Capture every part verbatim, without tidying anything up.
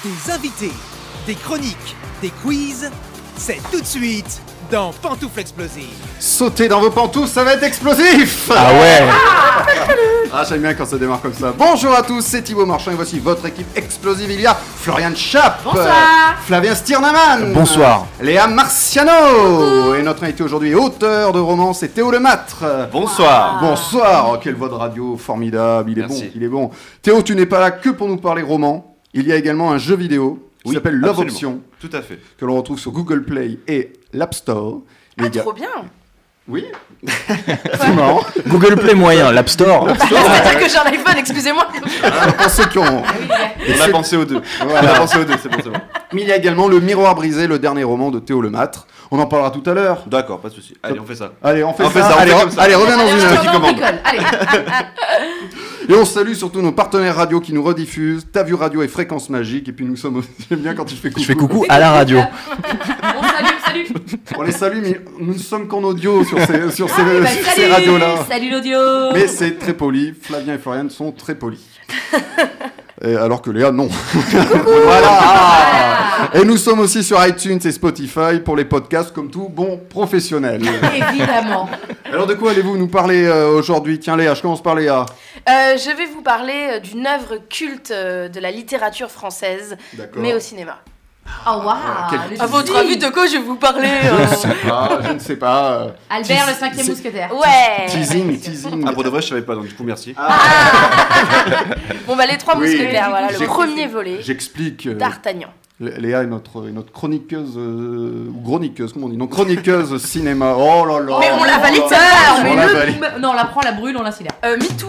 Des invités, des chroniques, des quiz, c'est tout de suite dans Pantoufles Explosives. Sautez dans vos pantoufles, ça va être explosif. Ah ouais. Ah, j'aime bien quand ça démarre comme ça. Bonjour à tous, c'est Thibaut Marchand et voici votre équipe explosive. Il y a Florian Schaap, bonsoir. Flavien Stirnaman, bonsoir, Léa Marciano. Coucou. Et notre invité aujourd'hui, auteur de romans, c'est Théo Lemâtre. Bonsoir. Ah. Bonsoir. Oh, quelle voix de radio formidable, il est Merci. bon, il est bon. Théo, tu n'es pas là que pour nous parler romans. Il y a également un jeu vidéo qui oui, s'appelle Love absolument. Option. Tout à fait. Que l'on retrouve sur Google Play et l'App Store. Ah, trop bien. Oui. C'est marrant. Google Play moyen, l'App Store. C'est-à-dire que j'ai un iPhone, excusez-moi. Ah, pour ceux qui ont... On a pensé aux deux. Voilà. On a pensé aux deux, c'est bon, c'est bon. Mais il y a également Le Miroir brisé, le dernier roman de Théo Lemâtre. On en parlera tout à l'heure. D'accord, pas de souci. Allez, on fait ça. Allez, on fait On ça. fait ça, on allez, fait re- comme ça. allez, reviens dans Allez, une on heure. se remet, on bricole. Allez. Et on salue surtout nos partenaires radio qui nous rediffusent, Ta Vue Radio et Fréquence Magique. Et puis nous sommes aussi... J'aime bien quand tu fais coucou. Je fais coucou à la radio. Bon, salut, salut. On les salue, mais nous ne sommes qu'en audio sur ces, sur ces, Ah, bah, sur salut, ces radios-là. Salut l'audio. Mais c'est très poli. Flavien et Florian sont très polis. Et alors que Léa, non. Voilà. Ah. Et nous sommes aussi sur iTunes et Spotify pour les podcasts comme tout bon professionnel. Évidemment. Alors de quoi allez-vous nous parler euh, aujourd'hui? Tiens Léa, je commence par Léa. Euh, je vais vous parler d'une œuvre culte euh, de la littérature française, D'accord. mais au cinéma. Oh waouh. quel- À votre avis, de quoi je vais vous parler Je euh ne sais pas, je ne sais pas. euh, Albert le teas- cinquième c'est- mousquetaire. Ouais. Teasing, teasing. Ah, pour de vrai, je savais pas, donc du coup, merci. Bon bah les trois Oui. mousquetaires, voilà, J'ai- le premier volet. J'explique. euh, D'Artagnan. Lé- Léa est notre, est notre chroniqueuse, euh, ou chroniqueuse, comment on dit? Non, chroniqueuse cinéma. Oh là là. Mais on la valide, Oh ça, là là, on on met la le- valide. Non, on la prend, la brûle, on l'incinère. Euh, MeToo.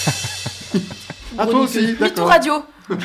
Ah, toi aussi, MeToo d'accord. Radio.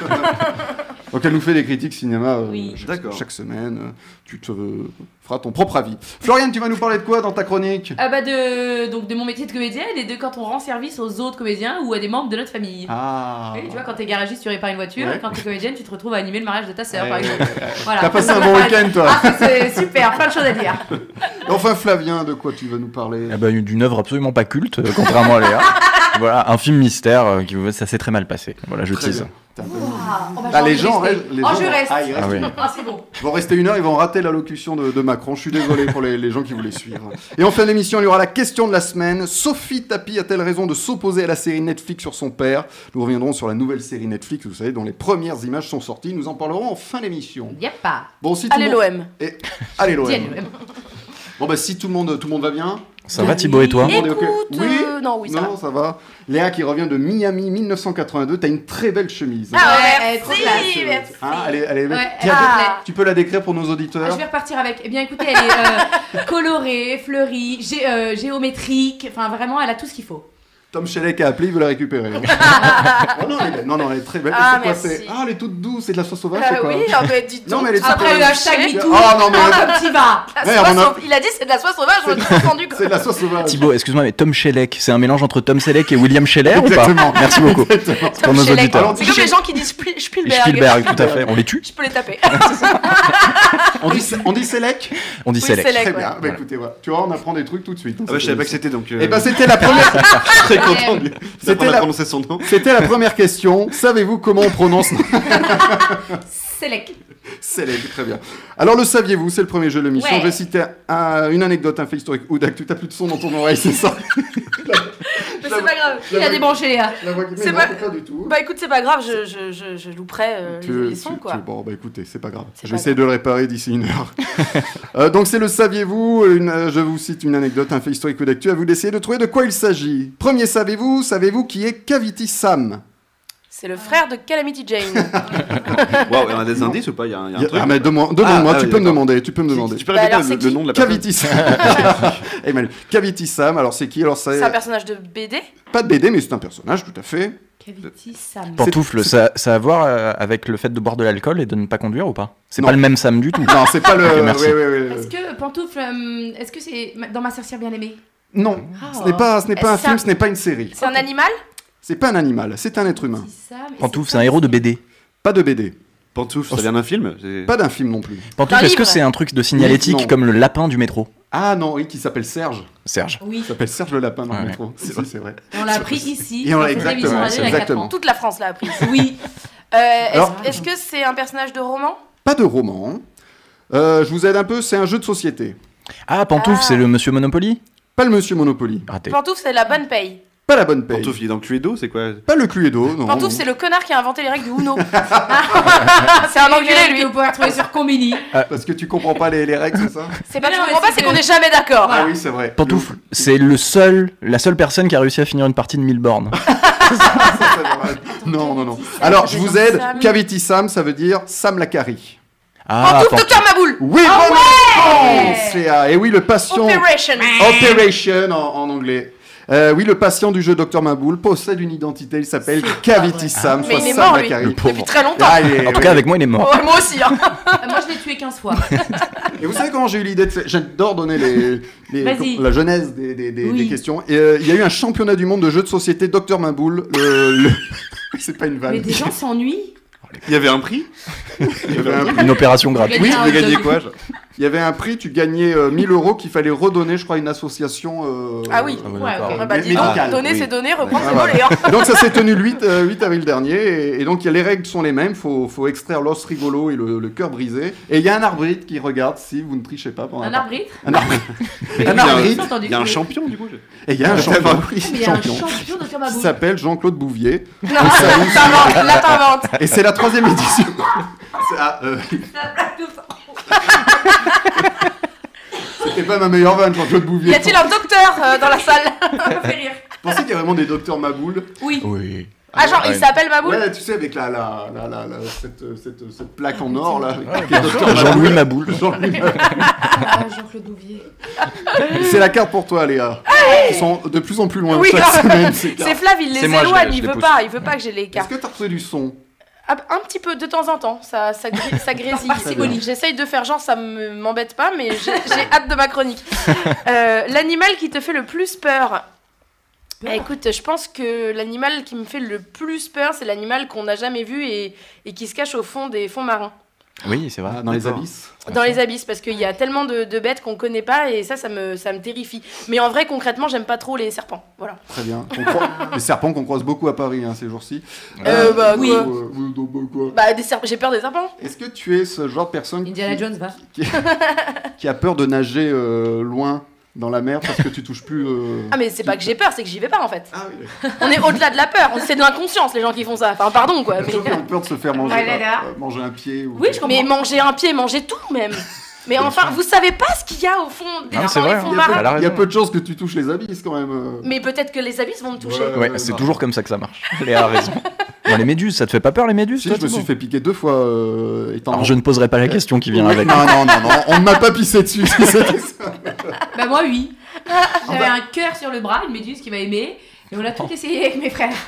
Donc elle nous fait des critiques cinéma euh, Oui. chaque, D'accord. chaque semaine. euh, Tu te euh, feras ton propre avis. Florian, tu vas nous parler de quoi dans ta chronique? Ah bah de, donc de mon métier de comédienne et de quand on rend service aux autres comédiens ou à des membres de notre famille. Ah. Oui, tu vois, quand t'es garagiste, tu répares une voiture, Ouais. et quand t'es comédienne, tu te retrouves à animer le mariage de ta sœur, Ouais, par ouais, exemple. ouais. Voilà. T'as passé Donc, un bon voilà. week-end, toi. Ah, c'est super, plein de choses à dire. Et enfin Flavien, de quoi tu vas nous parler? Eh ben, d'une œuvre absolument pas culte, euh, contrairement à Léa. Voilà, un film mystère euh, qui ça s'est très mal passé. Voilà, je Très tease. bien. T'as un peu- Ah, oh, bah, Ah, j'ai les envie de gens rester. restent- les Oh, gens- je reste. Ah, ils restent. Ah oui. Ah, c'est bon. Ils vont rester une heure, ils vont rater l'allocution de, de Macron. Je suis désolé pour les, les gens qui voulaient suivre. Et en fin d'émission, il y aura la question de la semaine. Sophie Tapie a-t-elle raison de s'opposer à la série Netflix sur son père? Nous reviendrons sur la nouvelle série Netflix, vous savez, dont les premières images sont sorties. Nous en parlerons en fin d'émission. Yep pas. Bon, si tout Allez le monde... l'O M. Et... Allez l'O M. Tiens, Bon, bah si tout le monde, tout le monde va bien. Ça va Thibaut et toi? Tout le monde est Écoute, ok Oui. euh, non, oui, ça Non, ça va. Léa qui revient de Miami mille neuf cent quatre-vingt-deux. T'as une très belle chemise. Ah Ouais, ouais, trop merci, classe. merci. Hein, elle est, elle est... Ouais, Tiens, elle me Ah. plaît. tu peux la décrire pour nos Ah, auditeurs? je vais repartir avec. Eh bien, écoutez, elle est euh, colorée, fleurie, gé- euh, géométrique. Enfin, vraiment, elle a tout ce qu'il faut. Tom Shelley a appelé, il veut la récupérer. oh, non, elle est... non, non, elle est très belle. Ah, c'est quoi, merci. c'est... Ah, elle est toute douce, c'est de la sauce sauvage, Ah c'est quoi? oui, ah bah dis donc. Non, mais elle est tu Après super le hashtag touché. MeToo. Oh, non, mais- oh, comme tu vas. La Merde, soie on a- sau- Il a dit c'est de la soie sauvage, je me suis confondu. C'est de la sauce sauvage. Thibaut, excuse-moi, mais Tom Selleck, c'est un mélange entre Tom Selleck et William Scheller ou pas? Exactement. Merci beaucoup. Exactement. Pour nos Shelley. auditeurs. C'est comme les gens qui disent Spiel- Spielberg. Spielberg, tout à fait. On les tue? Je peux les taper. On dit, on dit Selleck? On dit Oui, Selleck. Selleck. Très ouais. bien. Bah, écoutez, voilà. Tu vois, on apprend des trucs tout de suite. Ah, bah, je savais pas que c'était donc. euh, Et bah, c'était la première... très content de C'était d'apprendre la- à prononcer son nom. C'était la première question. Savez-vous comment on prononce Select. Select? Très bien. Alors, le saviez-vous? C'est le premier jeu de l'émission. Ouais. Je vais citer un- une anecdote, un fait historique. Ou d'actu, t'as plus de son dans ton oreille, c'est ça? Mais c'est pas grave. Il a débranché, Léa. La voix qui C'est mais pas- non, pas du tout. Bah écoute, c'est pas grave, je, je, je, je louperai euh, Tu- les, les sons tu- quoi. tu- Bon, bah écoutez, c'est pas grave. C'est Je pas vais essayer de le réparer d'ici une heure. Euh, donc, c'est le saviez-vous? Une- euh, Je vous cite une anecdote, un fait historique ou d'actu. À vous d'essayer de trouver de quoi il s'agit. Premier savez-vous? Savez-vous qui est Cavity Sam? C'est le frère de Calamity Jane. Waouh, on a des indices ou pas? Il y a un, il y a un Il y a- truc. Ah, mais demande- demande-moi, Ah, ah tu oui, peux me d'accord. demander, tu peux me Qui- demander. Tu peux Bah, répéter alors, le, c'est le qui nom de la personne? Cavity Sam. Eh, Manu. Cavity Sam, alors c'est qui? Alors, ça C'est un personnage de B D. pas de B D, mais c'est un personnage, tout à fait. Cavity Sam. Pantoufle, ça, ça a à voir euh, avec le fait de boire de l'alcool et de ne pas conduire ou pas? C'est Non. pas le même Sam du tout. Non, c'est pas le. Ok, merci. oui, oui, oui. Est-ce que Pantoufle, euh, est-ce que c'est dans Ma sorcière bien aimée? Non, Ah. ce n'est pas, ce n'est pas un Est-ce film, un- ce n'est pas une série. C'est un animal. C'est pas un animal, c'est un être humain. Cavity Sam, et Pantoufle, c'est c'est un héros de B D. Pas de B D, Pantoufle, ça vient d'un film? C'est- pas d'un film non plus. Pantoufle, D'un est-ce que livre. c'est un truc de signalétique Non. comme le lapin du métro? Ah non, oui, qui s'appelle Serge. Serge. Oui, Il s'appelle Serge le lapin dans le Ouais. métro. Si, si, c'est vrai. on l'a appris ici. Et on dans l'a cette exactement, émission radio il y a quatre exactement. ans. Toute la France l'a appris. Oui. Euh, est-ce, Alors- est-ce que c'est un personnage de roman? Pas de roman. Euh, je vous aide un peu, c'est un jeu de société. Ah, Pantouf, Ah. c'est le Monsieur Monopoly. Pas le Monsieur Monopoly. Raté. Pantouf, c'est la bonne paye. Pas la bonne paye. Pantouf, il est dans Cluedo, c'est quoi? Pas le Cluedo, non. Pantouf, c'est le connard qui a inventé les règles du Uno. C'est un enculé, lui. Que vous pouvez retrouver sur Combini. Parce que tu comprends pas les, les règles, c'est ça? C'est pas que je Non, comprends mais pas, c'est c'est qu'on que- n'est jamais d'accord. Ah oui, c'est vrai. Pantouf, c'est le seul, la seule personne qui a réussi à finir une partie de mille bornes. Ça, c'est pas mal. Non, non, non. Alors, je vous aide. Sam. Cavity Sam, ça veut dire Sam Lakari. Ah, Pantouf, Pantouf. Docteur Maboul. Oui, bonne réponse, Léa. Et oui, le patient... Operation. Operation en, en anglais. Euh, oui, le patient du jeu Docteur Maboul possède une identité, il s'appelle C'est Cavity Sam, Mais soit il est Sam mort, lui. Lakari. Le pauvre. Depuis très longtemps. Ah, il est- En tout oui. cas, avec moi, il est mort. Ouais, moi aussi. Hein. Euh, Moi, je l'ai tué quinze fois. Et vous savez comment j'ai eu l'idée de faire... J'adore donner les, les- Vas-y. la genèse des, des- des- Oui. des questions. Et, euh, il y a eu un championnat du monde de jeux de société Docteur Maboul. Le, le- C'est pas une vanne. Mais des gens s'ennuient. Il y avait un prix? Il y avait un prix. Une opération gratuite. Oui, Tu veux gagner quoi? genre Il y avait un prix, tu gagnais euh, mille euros qu'il fallait redonner, je crois, à une association. euh, Ah oui. Ah ouais, Ouais, d'accord. ok. Ah bah, dis Médical, donc, donner, oui. c'est donner, reprendre, Ah, c'est voilà. voler. Hein. Et donc ça s'est tenu le huit, euh, huit avril dernier, et, et donc il y a- les règles sont les mêmes, faut, faut extraire l'os rigolo et le, le cœur brisé, et il y a un arbitre qui regarde si vous ne trichez pas pendant Un la arbitre. Un arbitre. Il y a Un un- arbitre. entendu. Il y a un Oui. champion, du coup. je- Et il y a un Ah, champion, bah Mais il y a un champion, champion de qui Maboul. s'appelle Jean-Claude Bouvier, Non, t'inventes, là t'inventes. et c'est la troisième édition. C'est- ah, euh, C'était pas ma meilleure vanne, Jean-Claude Y Bouvier. a-t-il un docteur euh, dans la salle? Ça me fait rire. Vous pensez qu'il y a vraiment des docteurs Maboul? Oui. Oui. Ah, genre, il Ouais. s'appelle Maboul? Ouais, tu sais, avec la, la, la, la, la- cette, cette, cette plaque en or, là. Ouais, avec les docteurs Jean-Louis Maboul. Jean-Louis Ah, Jean-Claude Bouvier. C'est la carte pour toi, Léa. Ils sont de plus en plus loin Oui, chaque grave. semaine, ces cartes. C'est Flav, il les C'est moi, je éloigne, les- je il les veut pousse. pas, il veut pas que j'ai les Est-ce cartes. que t'as retrouvé du son? Ah, un petit peu, de temps en temps, ça, ça, gré- ça grésille. Parcimonie. J'essaye de faire genre, ça me- m'embête pas, mais j'ai j'ai hâte de ma chronique. Euh, L'animal qui te fait le plus peur? Eh, écoute, je pense que l'animal qui me fait le plus peur, c'est l'animal qu'on n'a jamais vu et, et qui se cache au fond des fonds marins. Oui, c'est vrai. Ah, dans les D'accord. abysses. Dans les abysses, parce qu'il y a tellement de, de bêtes qu'on connaît pas et ça, ça me, ça me terrifie. Mais en vrai, concrètement, j'aime pas trop les serpents. Voilà. Très bien. On croise- Les serpents qu'on croise beaucoup à Paris hein, ces jours-ci. Euh, bah, oui. quoi Euh, oui, donc, bah, quoi. Bah, des serpents, j'ai peur des serpents. Est-ce que tu es ce genre de personne Indiana qui, Jones va. qui, qui a peur de nager euh, loin dans la mer parce que tu touches plus. euh, Ah, mais c'est pas que j'ai peur, c'est que j'y vais pas en fait. Ah oui. On est au-delà de la peur, c'est de l'inconscience les gens qui font ça. Enfin, pardon quoi. Les Mais, gens qui ont peur de se faire manger, Ouais, là, là. euh, manger un pied. Ou... Oui, je comprends. mais manger un pied, manger tout même. Mais enfin, vous savez pas ce qu'il y a au fond des Ah, dans c'est les vrai, fonds Il y, a peu, marins. Elle a il y a raison. peu de chances que tu touches les abysses quand même. euh. Mais peut-être que les abysses vont me toucher. Ouais. Ouais, c'est bah. toujours comme ça que ça marche. Léa a raison. Bon, les méduses, ça te fait pas peur les méduses Si, toi, je me Thibaut suis fait piquer deux fois euh, étant. Alors je ne poserai pas la question qui vient Oui, avec. Non, non, non, non, on ne m'a pas pissé dessus. si c'était ça. Bah, moi, oui. J'avais bah. un cœur sur le bras, une méduse qui m'a aimé. Et on a tout essayé avec mes frères.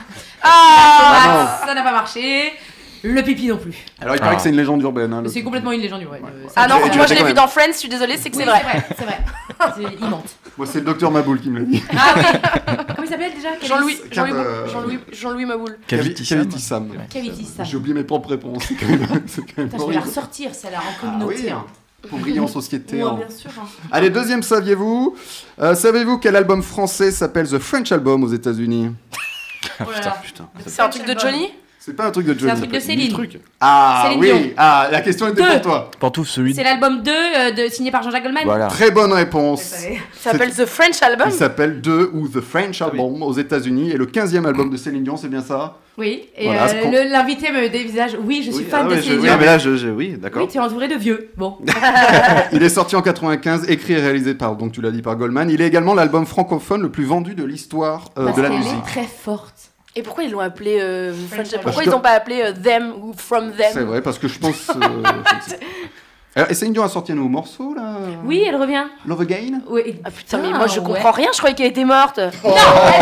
Ah Tomate, ça n'a pas marché. Le pipi non plus. Alors il paraît Ah. que c'est une légende urbaine. hein, le- C'est complètement une légende urbaine. Euh, Ah ça- non, Et tu moi l'as je l'ai quand vu même. dans Friends, je suis désolée, c'est que Oui, c'est vrai. c'est vrai. C'est vrai. C'est immense. Moi, c'est le docteur Maboul qui me l'a dit. Ah oui. Comment il s'appelle déjà Quel- Jean-Louis, Cap- Jean-Louis, euh, Jean-Louis, Jean-Louis Maboul. Cavity Sam. Cavity Sam. Cavity Sam. J'ai oublié mes propres réponses. C'est quand même, c'est quand même Putain, je vais la horrible. ressortir celle-là en Ah communauté. oui, hein. pour briller en société. Ouais, hein. bien sûr. hein. Allez, deuxième, saviez-vous Euh, Savez-vous quel album français s'appelle The French Album aux États-Unis? Oh là là. Putain. C'est un truc de Johnny? C'est pas un truc de C'est un Johnny. truc de Céline. Truc. Ah Céline oui, Dion. ah la question était Deux. pour toi. Pantouf, celui de... C'est l'album deux euh, de, signé par Jean-Jacques Goldman. Voilà. Très bonne Je réponse. savais. Ça s'appelle The French Album? Il s'appelle The ou The French Album aux États-Unis et le quinzième album de Céline Dion, c'est bien ça? Oui, et Voilà, euh, c'est con. le- l'invité me dévisage. Oui, je suis Oui, fan ah de ouais, je- Céline oui, Dion. Ah, mais là, je, je- oui, d'accord. Oui, tu es entouré de vieux. Bon. Il est sorti en quatre-vingt-quinze, écrit et réalisé par, donc tu l'as dit, par Goldman. Il est également l'album francophone le plus vendu de l'histoire euh, Parce de la qu'elle musique. est très forte. Et pourquoi ils l'ont appelé euh, French French Pourquoi Album. ils n'ont pas appelé euh, Them ou From Them? C'est vrai, parce que je pense. euh, je ne sais pas. Alors, et Céline Dion a sorti un nouveau morceau là Oui, elle revient. Love Again. Oui. Ah putain, mais moi je ouais. comprends rien, je croyais qu'elle était morte. Elle est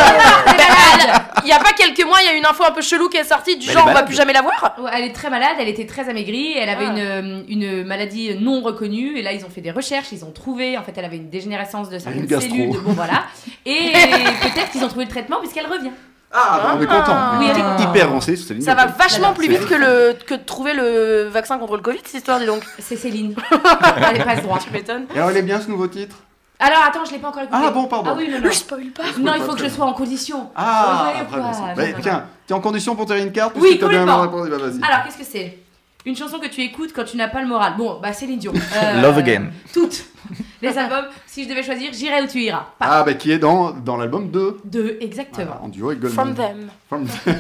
malade. Il y a pas quelques mois, il y a une info un peu chelou qui est sortie, du Mais genre elle est on va malade. plus jamais la voir. Ouais, Elle est très malade, elle était très amaigrie, elle avait Ah. une, une maladie non reconnue, et là ils ont fait des recherches, ils ont trouvé, en fait elle avait une dégénérescence de certaines Une gastro. cellules, de- bon voilà, et peut-être qu'ils ont trouvé le traitement puisqu'elle revient. Ah, bah, on est content. Oui, elle est Ah. Hyper avancé, c'est Céline Ça Dion. va vachement plus vite que, le, que de trouver le vaccin contre le Covid, cette histoire, dis donc. C'est Céline. Elle est pas ce droit. Tu m'étonnes. Et alors, il est bien ce nouveau titre Alors attends, je l'ai pas encore écouté. Ah bon, pardon. Ah oui, non, non. Je spoil pas. Non, il faut que je sois en condition. Ah, Ouais, après, ouais, ça. ouais, Bah, ouais, tiens, ouais. t'es en condition pour tirer une carte Oui, puisque t'as bien complètement. répondu, bah vas-y. Alors, qu'est-ce que c'est? Une chanson que tu écoutes quand tu n'as pas le moral. Bon, bah Céline Dion. Euh, Love Again. Toutes. Les albums, si je devais choisir, j'irai où tu iras. Pas Ah, bah qui est dans, dans l'album deux. deux, exactement. En duo avec Goldman. From them. From them.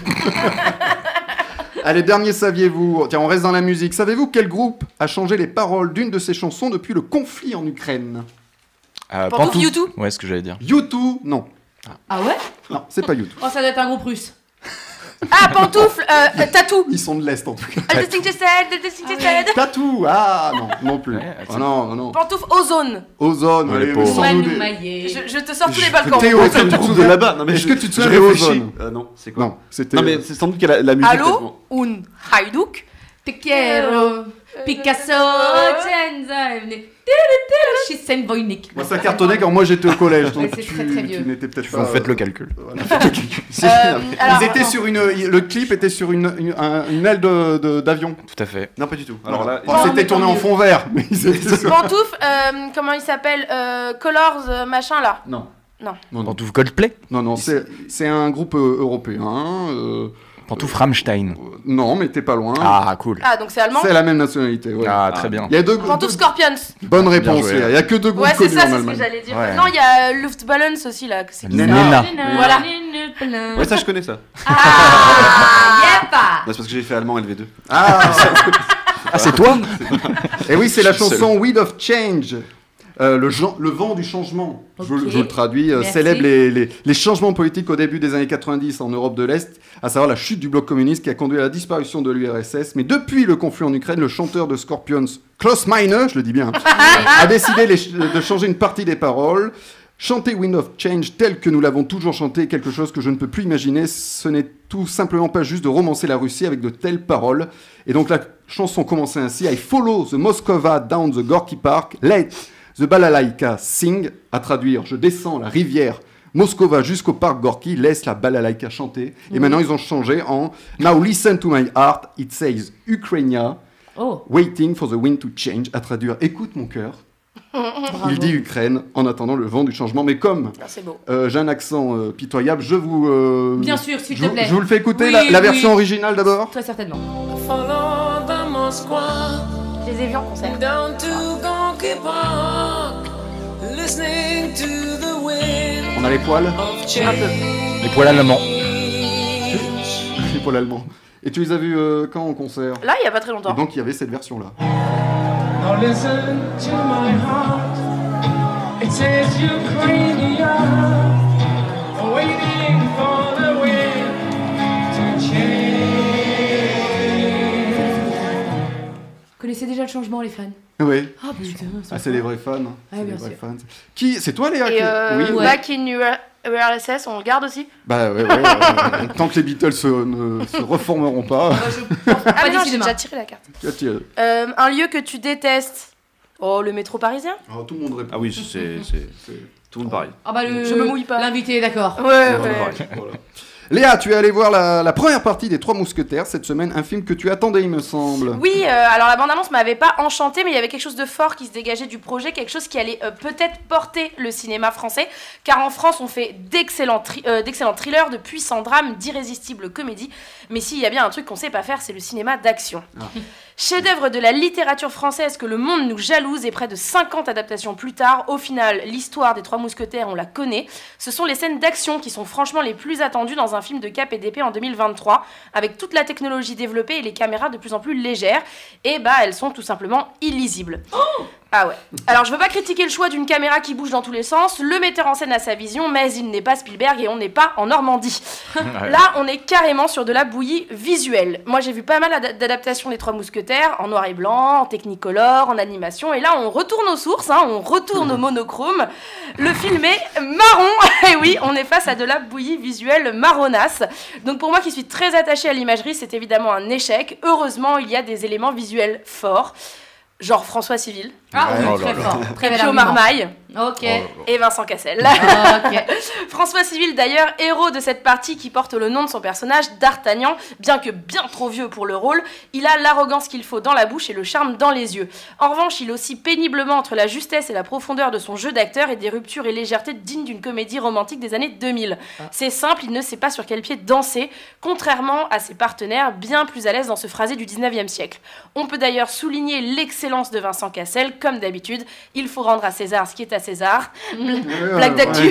Allez, dernier saviez-vous. Tiens, on reste dans la musique. Savez-vous quel groupe a changé les paroles d'une de ses chansons depuis le conflit en Ukraine? Euh, Pantouf, Pantouf. U deux Ouais, ce que j'allais dire. U deux, non. Ah ouais? Non, c'est pas U deux. Oh, ça doit être un groupe russe. Ah, pantoufle, euh, tatou. Ils sont de l'Est en tout cas. Ah, the thing you said, the thing you said. Tatou. Ah non, non plus. Ouais, Ah non, non, non. Pantoufle ozone. Ozone. Ouais, allez, les mais pauvres. sans nous Manu des- Maillet. Je, je te sors tous les Je- balcons. Théo, Ouais, est-ce que du tu te groupe de souviens- là-bas. Non, mais Est-ce je- que tu te je souviens de réfléchis. Ozone? Euh, Non, c'est quoi? Non, c'était. Non, mais c'est sans doute qu'il y a la, la musique. Allô, peut-être, un haïdouk. Te quiero. Picasso. Tenza. Chez Saint Voynich. Moi, ça cartonnait quand moi j'étais au collège, donc Ouais, c'est tu, très, très vieux. tu n'étais peut-être Faut- pas. Faites le euh, calcul. voilà, faites le calcul. C'est- Euh, Ils alors, étaient attends. sur une. Le clip était sur une, une, un- une aile de- de- d'avion. Tout à fait. Non, pas du tout. Alors là, Enfin, c'était mais tourné tant en mieux. fond vert, mais ils étaient sur. Pantoufle, euh, comment il s'appelle euh, Colors, euh, machin là. Non. Non. Non, non, Pantouf Coldplay. non, non, c'est c'est un groupe euh, européen. euh, Pantouf Rammstein. euh, non, mais t'es pas loin. Ah, cool. Ah, donc c'est allemand. C'est la même nationalité. Ouais. Ah, très bien. Il y a deux. Pantoufle deux- Scorpions. Bonne réponse. joué. Léa. Il y a que deux groupes Ouais, c'est connus ça, en c'est ce que Allemagne. j'allais dire. Ouais. Non, il y a Luftballons aussi là. C'est qui ça Nena. Voilà. Ouais, ça je connais ça. Ah, yep. Non, c'est parce que j'ai fait allemand L V deux. Ah, Ah, c'est toi et oui, c'est la Je suis chanson Wind of Change. Euh, le, gen- le vent du changement, je, vous- Ok. je vous le traduis, euh, Merci. célèbre les, les- les changements politiques au début des années quatre-vingt-dix en Europe de l'Est, à savoir la chute du bloc communiste qui a conduit à la disparition de l'U R S S. Mais depuis le conflit en Ukraine, le chanteur de Scorpions, Klaus Meine, je le dis bien, a décidé les ch- de changer une partie des paroles. Chanter Wind of Change tel que nous l'avons toujours chanté est quelque chose que je ne peux plus imaginer. Ce n'est tout simplement pas juste de romancer la Russie avec de telles paroles. Et donc la chanson commençait ainsi. I follow the Moskova down the Gorky Park. Let the balalaïka sing. À traduire, je descends la rivière Moskova jusqu'au parc Gorky. Laisse la balalaïka chanter. Et maintenant ils ont changé en Now listen to my heart. It says Ukrainia. Oh, Waiting for the wind to change. À traduire, écoute mon cœur. bravo. Il dit Ukraine en attendant le vent du changement. Mais comme Ah, c'est beau. euh, j'ai un accent euh, pitoyable, je vous. euh, Bien sûr, s'il je, te vous- plaît. je vous le fais écouter, Oui, la, la oui. version originale d'abord. Très certainement. Follow the Moskwa Je les ai vus en concert. down to Gonky Park, listening to the wind On a les poils, of change. Les poils allemands. les poils allemands. Et tu les as vus euh, quand en concert? Là, il y a pas très Et longtemps. donc il y avait cette version-là. Now listen to my heart. It says Ukrainia, waiting for the wind to change. Vous connaissez déjà le changement, les fans? Oui. Ah, putain. Ah, c'est des vrais fans. C'est Ouais, des bien vrais sûr. fans. Qui? C'est toi Léa? Et qui- euh, Oui. Ouais. Back in U R S S, on le garde aussi. Bah ouais, ouais. euh, tant que les Beatles se, ne se reformeront pas. Moi, je pense Ah, pas mais non, d'ici j'ai demain. déjà tiré la carte. Qu'as-tu- Euh, un lieu que tu détestes. Oh, le métro parisien. Oh, tout le monde répond. Ah oui, c'est c'est- C'est- tout le monde pareil. Ah bah le... Je me mouille pas. L'invité est d'accord. Ouais, Voilà, ouais. voilà. Léa, tu es allée voir la, la première partie des Trois Mousquetaires cette semaine, un film que tu attendais, il me semble. Oui, euh, alors la bande-annonce m'avait pas enchantée, mais il y avait quelque chose de fort qui se dégageait du projet, quelque chose qui allait euh, peut-être porter le cinéma français, car en France on fait d'excellents, tri- euh, d'excellents thrillers, de puissants drames, d'irrésistibles comédies, mais s'il y a bien un truc qu'on sait pas faire, c'est le cinéma d'action. Ah. Chef-d'œuvre de la littérature française que le monde nous jalouse et près de cinquante adaptations plus tard, au final, l'histoire des Trois Mousquetaires, on la connaît. Ce sont les scènes d'action qui sont franchement les plus attendues dans un film de cap et d'épée en deux mille vingt-trois, avec toute la technologie développée et les caméras de plus en plus légères. Et bah, elles sont tout simplement illisibles. Ah ouais. Alors, je veux pas critiquer le choix d'une caméra qui bouge dans tous les sens. Le metteur en scène a sa vision, mais il n'est pas Spielberg et on n'est pas en Normandie. Là, on est carrément sur de la bouillie visuelle. Moi, j'ai vu pas mal ad- d'adaptations des Trois Mousquetaires, en noir et blanc, en technicolor, en animation. Et là, on retourne aux sources, hein, on retourne au monochrome. Le film est marron. Et oui, on est face à de la bouillie visuelle marronasse. Donc pour moi, qui suis très attachée à l'imagerie, c'est évidemment un échec. Heureusement, il y a des éléments visuels forts. Genre François Civil. Ah oui, Oh là très là. fort. Très bel Pio argument. Marmaille Ok. et Vincent Cassel. Ok. François Civil, d'ailleurs, héros de cette partie qui porte le nom de son personnage, D'Artagnan, bien que bien trop vieux pour le rôle, il a l'arrogance qu'il faut dans la bouche et le charme dans les yeux. En revanche, il oscille péniblement entre la justesse et la profondeur de son jeu d'acteur et des ruptures et légèretés dignes d'une comédie romantique des années deux mille. C'est simple, il ne sait pas sur quel pied danser, contrairement à ses partenaires bien plus à l'aise dans ce phrasé du dix-neuvième siècle. On peut d'ailleurs souligner l'excellence de Vincent Cassel, comme d'habitude. Il faut rendre à César ce qui est à César. Blague d'actu.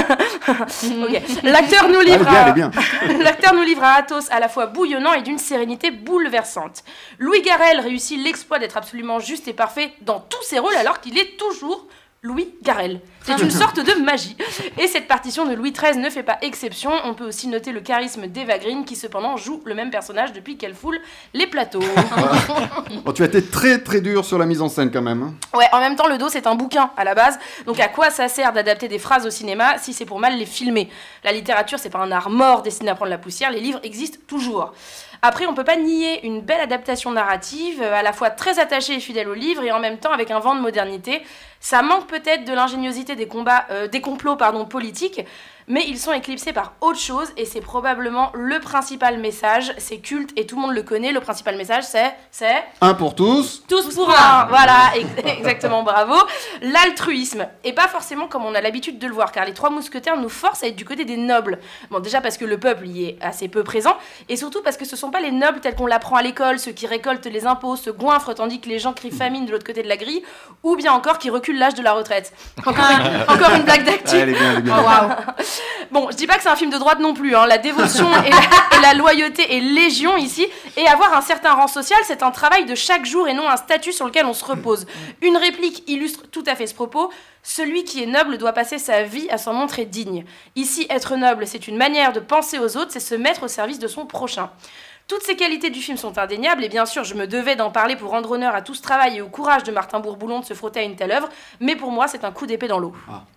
Ok. L'acteur nous Elle est livre bien, à... elle est bien. L'acteur nous livre un athos à la fois bouillonnant et d'une sérénité bouleversante. Louis Garrel réussit l'exploit d'être absolument juste et parfait dans tous ses rôles alors qu'il est toujours Louis Garrel. C'est une sorte de magie. Et cette partition de Louis treize ne fait pas exception. On peut aussi noter le charisme d'Eva Green qui cependant joue le même personnage depuis qu'elle foule les plateaux. Bon, tu as été très très dur sur la mise en scène quand même. hein. Ouais, en même temps, le dos, c'est un bouquin à la base. Donc, à quoi ça sert d'adapter des phrases au cinéma si c'est pour mal les filmer? La littérature, c'est pas un art mort destiné à prendre la poussière. Les livres existent toujours. Après, on peut pas nier une belle adaptation narrative, euh, à la fois très attachée et fidèle au livre, et en même temps avec un vent de modernité. Ça manque peut-être de l'ingéniosité des combats, euh, des complots, pardon, politiques, mais ils sont éclipsés par autre chose, et c'est probablement le principal message. C'est culte et tout le monde le connaît. Le principal message, c'est, c'est Un pour tous. tous pour un. Voilà, ex- exactement, bravo. L'altruisme. Et pas forcément comme on a l'habitude de le voir, car les trois mousquetaires nous forcent à être du côté des nobles. Bon, déjà parce que le peuple y est assez peu présent, et surtout parce que ce sont pas les nobles tels qu'on l'apprend à l'école, ceux qui récoltent les impôts, se goinfrent tandis que les gens crient famine de l'autre côté de la grille, ou bien encore qui reculent l'âge de la retraite. Encore une, encore une blague d'actu. Ah, elle est bien, elle est bien. Oh, waouh. Bon, je dis pas que c'est un film de droite non plus, hein. La dévotion et, la, et la loyauté est légion ici, et avoir un certain rang social, c'est un travail de chaque jour et non un statut sur lequel on se repose. Une réplique illustre tout à fait ce propos: celui qui est noble doit passer sa vie à s'en montrer digne. Ici, être noble, c'est une manière de penser aux autres, c'est se mettre au service de son prochain. Toutes ces qualités du film sont indéniables, et bien sûr, je me devais d'en parler pour rendre honneur à tout ce travail et au courage de Martin Bourboulon de se frotter à une telle œuvre, mais pour moi, c'est un coup d'épée dans l'eau.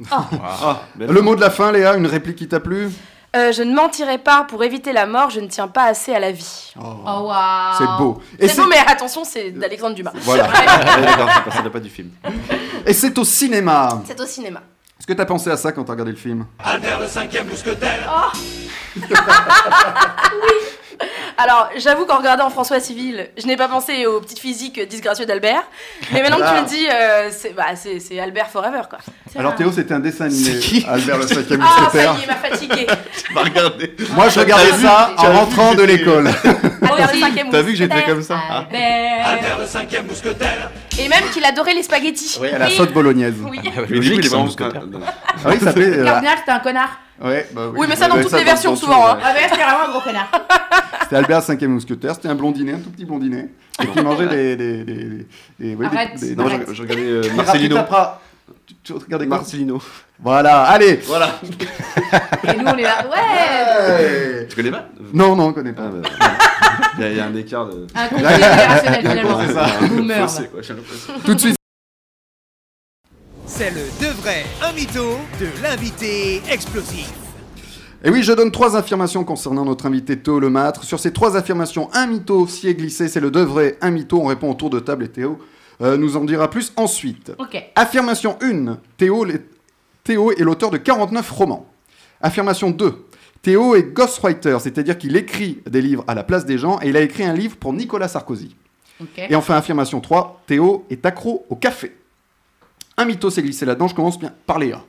Ah, belle- Le mot de la fin, Léa, une réplique qui t'a plu? Euh, je ne mentirai pas, pour éviter la mort, je ne tiens pas assez à la vie. Oh, Oh, waouh. c'est beau. Et C'est beau, mais attention, c'est d'Alexandre Dumas. Voilà. Ouais, d'accord, c'est pas- ça n'est pas du film. Et c'est au cinéma. C'est au cinéma. Est-ce que t'as pensé à ça quand t'as regardé le film? Alors, j'avoue qu'en regardant François Civil, je n'ai pas pensé aux petites physiques disgracieux d'Albert. Mais maintenant que tu me dis, euh, c'est bah, c'est- c'est Albert Forever, quoi. Alors Théo, c'était un dessin animé. C'est qui Albert le cinquième Ah, ça mousquetaire. y est, il m'a fatigué. Tu m'as regardé. Moi, je regardais ça en rentrant de l'école. Albert le cinquième T'as vu que j'étais mousquetaire. comme ça Ah. Albert. Et même qu'il adorait les spaghettis. À la sauce bolognaise. Oui. Mais du coup, Logique, il est c'est un vraiment- mousquetaire. Non, non. Ah oui, ça s'appelait. euh, Cardinal, c'était un connard. Ouais, bah oui. Oui, mais ça dans Ouais, toutes ça, les versions, dans souvent. tout, Hein. ouais. Ah, ouais, c'était vraiment un gros connard. C'était Albert le cinquième mousquetaire. C'était un blondinet, un tout petit blondinet, et qui mangeait des des des des, des, oui, des- Arrête. des- Non, Arrête. je, je regardais euh, des- Marcelino. Tu taperas- tu- Tu regardais quoi? Marcelino. Voilà, allez. Voilà. Et nous, on est là. Ouais. Ouais. Tu connais pas Non, non, on connaît Ah, pas. bah, il y, a- il y a un écart de. Un conflit générationnel, finalement. C'est ça. Un Boomer. fossé, quoi, j'ai l'impression. Tout de suite. C'est le de vrai, un mytho de l'invité explosif. Et oui, je donne trois affirmations concernant notre invité Théo Lemâtre. Sur ces trois affirmations, un mytho s'y est glissé, c'est le de vrai, un mytho. On répond au tour de table et Théo euh, nous en dira plus ensuite. Ok. Affirmation un, Théo, l'est- Théo est l'auteur de quarante-neuf romans. Affirmation deux, Théo est ghostwriter, c'est-à-dire qu'il écrit des livres à la place des gens et il a écrit un livre pour Nicolas Sarkozy. Ok. Et enfin, affirmation trois, Théo est accro au café. Un mytho s'est glissé là-dedans, je commence bien par Léa.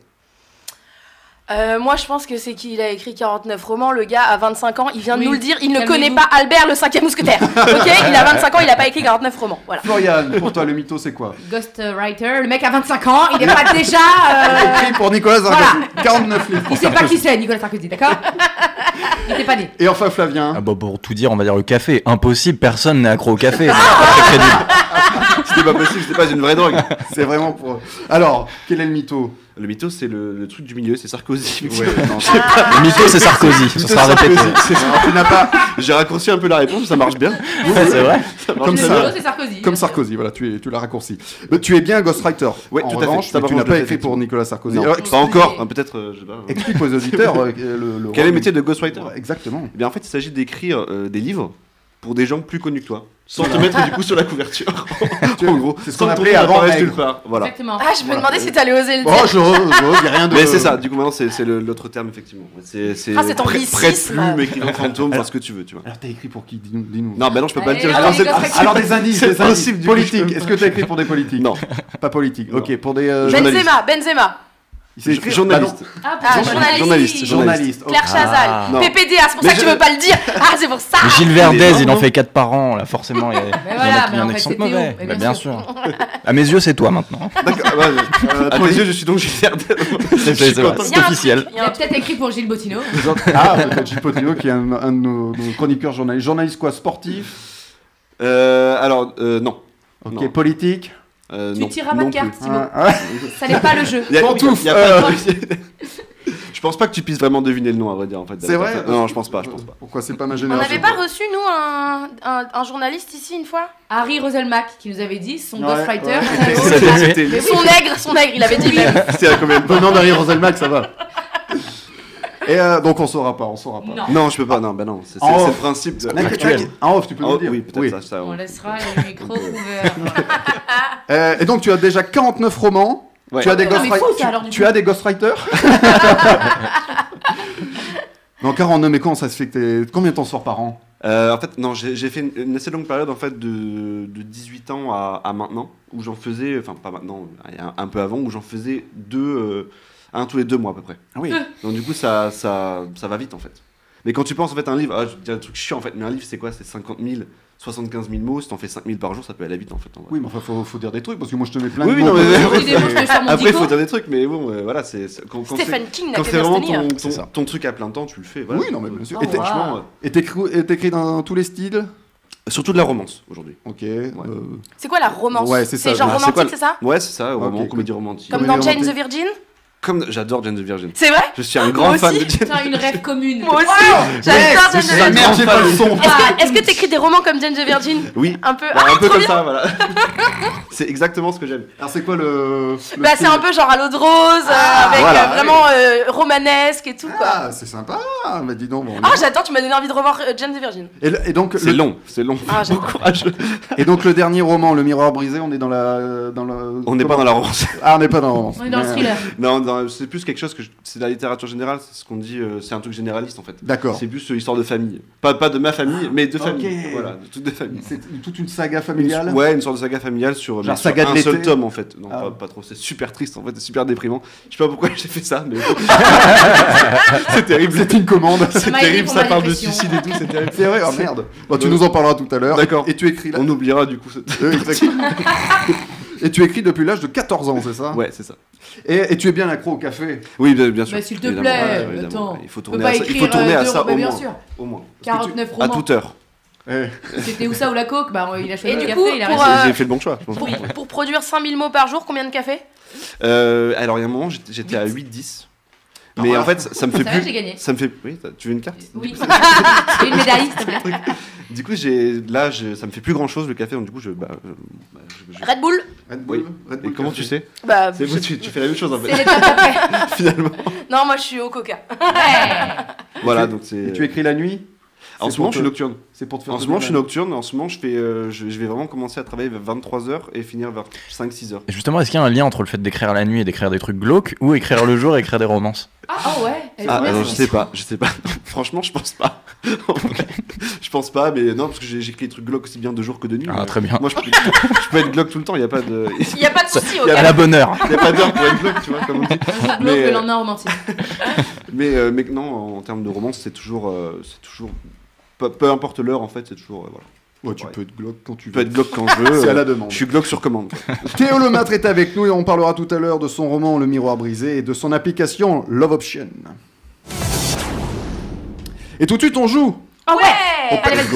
Euh, moi, je pense que c'est qu'il a écrit quarante-neuf romans. Le gars a vingt-cinq ans, il vient de Oui, nous le dire. Il ne calmez-vous. connaît pas Albert le cinquième mousquetaire. Ok, il a vingt-cinq ans, il n'a pas écrit quarante-neuf romans. Voilà. Florian, pour toi, le mytho, c'est quoi? Ghostwriter, le mec a vingt-cinq ans, il est pas déjà. euh, Écrit pour Nicolas Sarkozy. quarante-neuf livres. Il pour sait pas Sarkozy. qui c'est, Nicolas Sarkozy, d'accord? Il était pas né. Et enfin, Flavien. Ah bah, pour tout dire, on va dire le café. Impossible, personne n'est accro au café. C'est pas très crédible. C'était pas possible, c'était pas une vraie drogue. C'est vraiment pour. Alors, quel est le mytho? Le mytho, c'est le, le truc du milieu, c'est Sarkozy. Ouais, non, Le mytho, c'est Sarkozy. Ce sera répété. tu n'as pas. J'ai raccourci un peu la réponse, ça marche bien. Ouais, c'est vrai. Ça marche Comme bien. ça. Le c'est Sarkozy. Comme Sarkozy, voilà, tu, es, tu l'as raccourci. Mais tu es bien ghostwriter. Ouais, en tout à fait. revanche, Ça, mais par tu n'as contre, pas je le écrit fais, pour Nicolas Sarkozy. Non, Alors, pas encore, hein, peut-être, euh, je sais pas. explique aux auditeurs euh, le, le Quel est rôle- le métier de ghostwriter? Ouais, exactement. Eh bien, en fait, il s'agit d'écrire euh, des livres pour des gens plus connus que toi. Sans te mettre du coup sur la couverture. En gros, c'est ce qu'on sans que ton appelait nom avant apparaisse maigre. nulle part. Voilà. Exactement. Ah, je me demandais si t'allais oser le Oh, dire. je j'ose, il y a rien de. Mais c'est ça, du coup maintenant c'est c'est le- l'autre terme effectivement. C'est c'est Ah, c'est ton prêt anglicisme. prêt de plume, écrivain fantôme, enfin ce que tu veux, tu vois. Alors t'as écrit pour qui? Dis-nous. dis-nous. Non, bah non, je peux pas le dire. Allez, Alors, les c'est- gars, fracture. alors des indices, C'est des le principe, indices. du coup, je Politique. peux Est-ce que t'as écrit pour des politiques? Non. Pas politique. Non. Ok, pour des. euh, Journaliste. Benzema, Benzema. il s'est écrit- Journaliste. Ah, Ah, pour journaliste. Journaliste. Journaliste. Claire ok. Chazal. Ah. Non. P P D A, c'est pour Mais ça que je- tu veux pas le dire. Ah, c'est pour ça. Mais Gilles Verdez, Mais non, il en non. fait quatre par an, là, forcément. Il y, a- il y en a voilà, qui- il y mais en en a fait, qui sont c'est Théo, mauvais. mais Bah, bien bien sûr. À mes yeux, c'est toi maintenant. D'accord, ah, ouais, euh, à tes yeux, je suis donc Gilles Verdez. C'est c'est- c'est vrai, Il y c'est a un officiel. truc, il y Il a a un truc. peut-être écrit pour Gilles Bottino. Ah, peut-être Gilles Pottino, qui est un, un de nos, nos chroniqueurs journalistes. Journaliste quoi? Sportif? Euh, alors, euh, non. Ok, Non. politique? Euh, Tu non. tireras pas Non de carte, plus. Thibaut. Ah, ah. Ça n'est pas le jeu. Il y a- Pantoufle, il y a pas de- Je pense pas que tu puisses vraiment deviner le nom, à vrai dire, en fait. de C'est la vrai? personne. Non, je pense pas, je pense pas. Pourquoi c'est pas ma On génération? n'avait pas reçu, nous, un, un, un journaliste ici une fois Harry Roselmack qui nous avait dit son Ouais, ghostwriter. ouais. euh, Ça oh, fait- C'était Mais oui. Son nègre, son nègre, il avait dit. même. c'était à combien de Venant d'Harry Roselmack, ça va. Et euh, donc on saura pas, on saura pas. Non. Non, je peux pas, non, bah non. C'est c'est- En c'est off. le principe de. Mec, Actuel. mec, En off, tu peux Oh, nous le dire. oui, peut-être ça, ça. On laissera le micro ouvert. Euh, et donc tu as déjà quarante-neuf romans. Ouais. Tu as des Ah, mais ghostwriters. faux, ça, alors, du Tu coup. as des ghostwriters. Non, quarante-neuf, mais comment ça se fait que t'es. Combien de temps sors par an? Euh, en fait, non, j'ai j'ai fait une, une assez longue période en fait de, de dix-huit ans à, à maintenant, où j'en faisais, enfin pas maintenant, un, un peu avant, où j'en faisais deux, euh, un tous les deux mois à peu près. Ah oui. Donc du coup, ça, ça, ça va vite en fait. Mais quand tu penses en fait un livre, ah, je vais dire un truc chiant en fait, mais un livre c'est quoi? C'est cinquante mille, soixante-quinze mille mots, si t'en fais cinq mille par jour, ça peut aller vite en fait. En vrai. Oui, mais enfin, faut, faut dire des trucs parce que moi je te mets plein Oui, de oui, mots. non, mais- Oui, des mots, je te sors mon Après, il dico. faut dire des trucs, mais bon, euh, voilà, c'est c'est- quand, quand c'est Stephen King n'a quand que c'est vraiment d'abstenir. ton, C'est ça. ton, ton truc à plein temps, tu le fais. Voilà. Oui, non, mais bien sûr. Oh, Et t'es- wow. Franchement, euh, Et t'écris et t'écris dans tous les styles? surtout de la romance aujourd'hui. Ok. euh, C'est quoi la romance Ouais, c'est ça. C'est genre Ah, c'est romantique, quoi le- c'est ça Ouais, c'est ça, roman, Ok, comédie romantique. Comme Comédie dans Jane romantique. the Virgin Comme j'adore Jane the Virgin. C'est vrai Je suis un Moi grand fan de aussi. Jane. Putain, une rêve commune. Moi aussi Mec, J'adore je Jane the suis un Virgin merde, j'ai pas le son. Est-ce que- Est-ce que t'écris des romans comme Jane the Virgin Oui, Un peu. bah, Ah, un peu trop comme bien. ça, voilà. C'est exactement ce que j'aime. Alors c'est quoi le. le Bah, c'est style un peu genre à l'eau de rose, euh, Ah, avec voilà. euh, vraiment euh, romanesque et tout quoi. Ah, c'est sympa. Bah dis donc. Bon, Ah, j'adore, tu m'as donné envie de revoir euh, Jane the Virgin. et, le- et donc. C'est le- long, c'est long. Ah, j'adore. Bon courage. Et donc le dernier roman, Le Miroir brisé, on est dans la. Dans la... On n'est pas dans la romance. Ah, on n'est pas dans la romance. On est dans le Mais, euh, thriller. Non, non, c'est plus quelque chose que je- c'est la littérature générale, c'est ce qu'on dit, euh, c'est un truc généraliste en fait. D'accord. C'est plus euh, histoire de famille. Pas, pas de ma famille, mais de Ok. famille. Voilà, de toutes des familles. C'est toute une saga familiale. Une- ouais, une sorte de saga familiale sur, mais Genre sur saga de un l'été. seul tome en fait. Non, Ah. pas, pas trop. C'est super triste en fait, c'est super déprimant. Je sais pas pourquoi j'ai fait ça, mais c'est terrible. C'est une commande. C'est m'a aidé terrible, pour ça ma parle de dépression. suicide et tout, c'est terrible. C'est vrai, oh merde. Bon, tu Ouais. nous en parleras tout à l'heure. D'accord. Et tu écris là. On oubliera du coup. cette- Euh, exactement. Et tu écris depuis l'âge de quatorze ans, c'est ça? Ouais, c'est ça. Et, et tu es bien accro au café. Oui, bien, bien sûr. Bah, s'il te évidemment, plaît, ouais, évidemment. attends. Il faut Tu peux tourner pas à ça, il faut écrire tourner euh, à deux ça romans, au bien moins. sûr. Au moins. quarante-neuf À romans. toute heure. Eh. C'était où ça ou la coke? Bah, il a choisi Et le du café, coup, il a pour, resté. euh, J'ai fait le bon choix. je pense. Pour, pour produire cinq mille mots par jour, combien de café Euh, alors, il y a un moment, j'étais j'étais à huit dix. Mais voilà. en fait, ça me fait Ça va, plus. j'ai gagné. Ça me fait. Oui, t'as- tu veux une carte Oui. Et une médaille, s'il te plaît. Du coup, j'ai là, je- ça me fait plus grand chose le café, donc du coup, je. Bah, euh, bah, je- je- Red Bull Red Bull, Oui. Red Et Bull comment café. tu sais Bah, C'est vous, tu, tu fais la même chose en C'est fait, l'étape d'après. finalement. non, moi je suis au coca. Ouais. Voilà, donc c'est. Et tu écris la nuit? En C'est ce moment, pour je suis te- nocturne. C'est pour te faire En ce tenir moment, je suis la- nocturne. En ce moment, je fais, euh, je, je vais vraiment commencer à travailler vers vingt-trois heures et finir vers cinq six heures. Et justement, est-ce qu'il y a un lien entre le fait d'écrire la nuit et d'écrire des trucs glauques ou écrire le jour et écrire des romances? Ah, oh ouais. Elle est Ah, trop bien, alors, cette je sais question. pas, je sais pas. Franchement, je pense pas. En vrai, je pense pas, mais non, parce que j'ai- j'écris des trucs glauques aussi bien de jour que de nuit. Ah, mais- très bien. Moi, je peux, je peux être glauque tout le temps. Il y a pas de, Il n'y a pas de souci au y a À cas. la bonne heure. il y a pas d'heure pour être glauque, tu vois, comme on dit. Un jour glauque, Mais, le euh, lendemain romantique. Mais, euh, mais non, en termes de romance, c'est toujours, euh, c'est toujours, peu, peu importe l'heure, en fait, c'est toujours, euh, voilà. Ouais, tu Ouais. peux être glauque quand tu Tu peux veux. être glauque quand je veux. C'est à la euh, demande. Je suis glauque sur commande. quoi. Théo Lemaitre est avec nous et on parlera tout à l'heure de son roman Le Miroir brisé et de son application Love Option. Et tout de suite, on joue. Ah ouais. Ouais Allez, Let's go.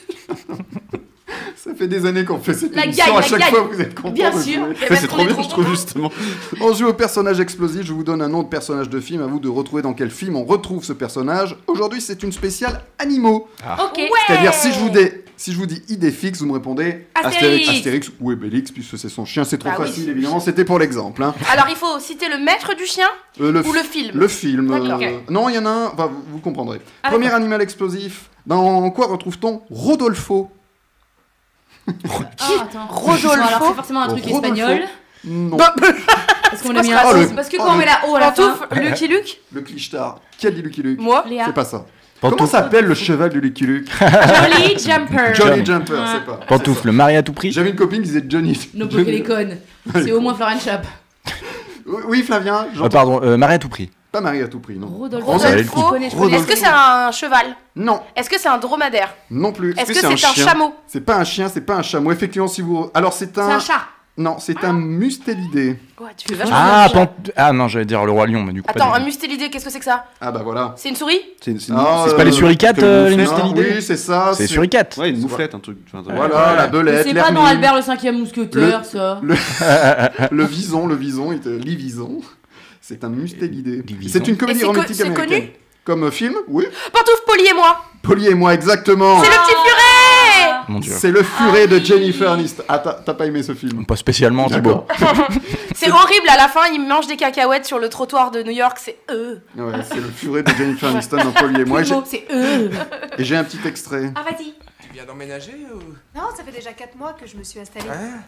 Ça fait des années qu'on fait cette La émission. gagne, à la chaque gagne. fois, vous êtes contents Bien de sûr. jouer. Et Mais parce c'est qu'on trop est bien, trop je trouve contents. justement. On joue au personnage explosif. Je vous donne un nom de personnage de film. À vous de retrouver dans quel film on retrouve ce personnage. Aujourd'hui, c'est une spéciale animaux. Ok. C'est-à-dire, si je vous dis, si je vous dis idée fixe, vous me répondez Astérix. Astérix ou Obélix, puisque c'est son chien. C'est trop Bah oui. facile, évidemment. C'était pour l'exemple. hein. Alors il faut citer le maître du chien Euh, ou fi- le film. Le film. D'accord. euh, Non, il y en a un. Enfin, vous, vous comprendrez. Ah, Premier animal explosif. Dans quoi retrouve-t-on Rodolfo? Ah, attends. Rodolfo. Bon, alors c'est forcément un truc Rodolfo. espagnol. Non. Bah, Parce qu'on a mis quoi un ce O. racisme C'est parce que Oh, quand on le- met la O à la fin. Pantouf, Lucky Luke. Le clichtar. Qui a dit Lucky Luke? Moi. Léa. C'est pas ça. Comment Pantoufle, s'appelle le cheval de Lucky Luke? Jolly Jumper. Johnny Jumper, Ouais. c'est pas. Pantoufle, mari à tout prix. J'avais une copine qui disait Johnny. No Johnny- qu'elle est conne. C'est au moins Florence Chap. Oui, Flavien, Euh, j'entends. pardon, euh, mari à tout prix. Pas Marie à tout prix, non. Rodolfo. Ça valait le coup. Je connais, je connais. Est-ce que c'est un cheval? Non, Est-ce que c'est un dromadaire? non plus. Est-ce que que c'est un c'est un chien chameau? C'est pas un chien, c'est pas un chameau. Effectivement, si vous. Alors, c'est C'est un. un chat. Non, c'est un mustélidé. Ouais, tu fais vachement Ah, bien. Pant- ah non, j'allais dire le roi lion, mais du coup. Attends, pas un du tout. mustélidé, qu'est-ce que c'est que ça? Ah bah voilà. C'est une souris? C'est c'est Ah, C'est euh, pas les suricates, euh, les Non, mustélidés oui, c'est ça. C'est suricates. Ouais, une mouflette, un truc. enfin, un- Voilà, la belette, C'est pas dans l'hermine, Albert le cinquième mousquetaire, ça. le vison, le vison, il te... l'ivison. C'est un mustélidé. L'ivison. C'est une comédie Et c'est co- romantique c'est américaine. connu Comme euh, film, oui. Pantouf, Polly et moi. Polly et moi, exactement. C'est le petit furet. Mon dieu. C'est le furet de Jennifer Aniston. Ah, t'as t'as pas aimé ce film? Pas spécialement, Thibaut. D'accord. C'est horrible, à la fin, ils mangent des cacahuètes sur le trottoir de New York, c'est eux. Ouais, c'est le furet de Jennifer Aniston dans Polly et moi. Et j'ai- Primo, c'est eux. Et j'ai un petit extrait. Ah, vas-y. Tu viens d'emménager ou... Non, ça fait déjà quatre mois que je me suis installée.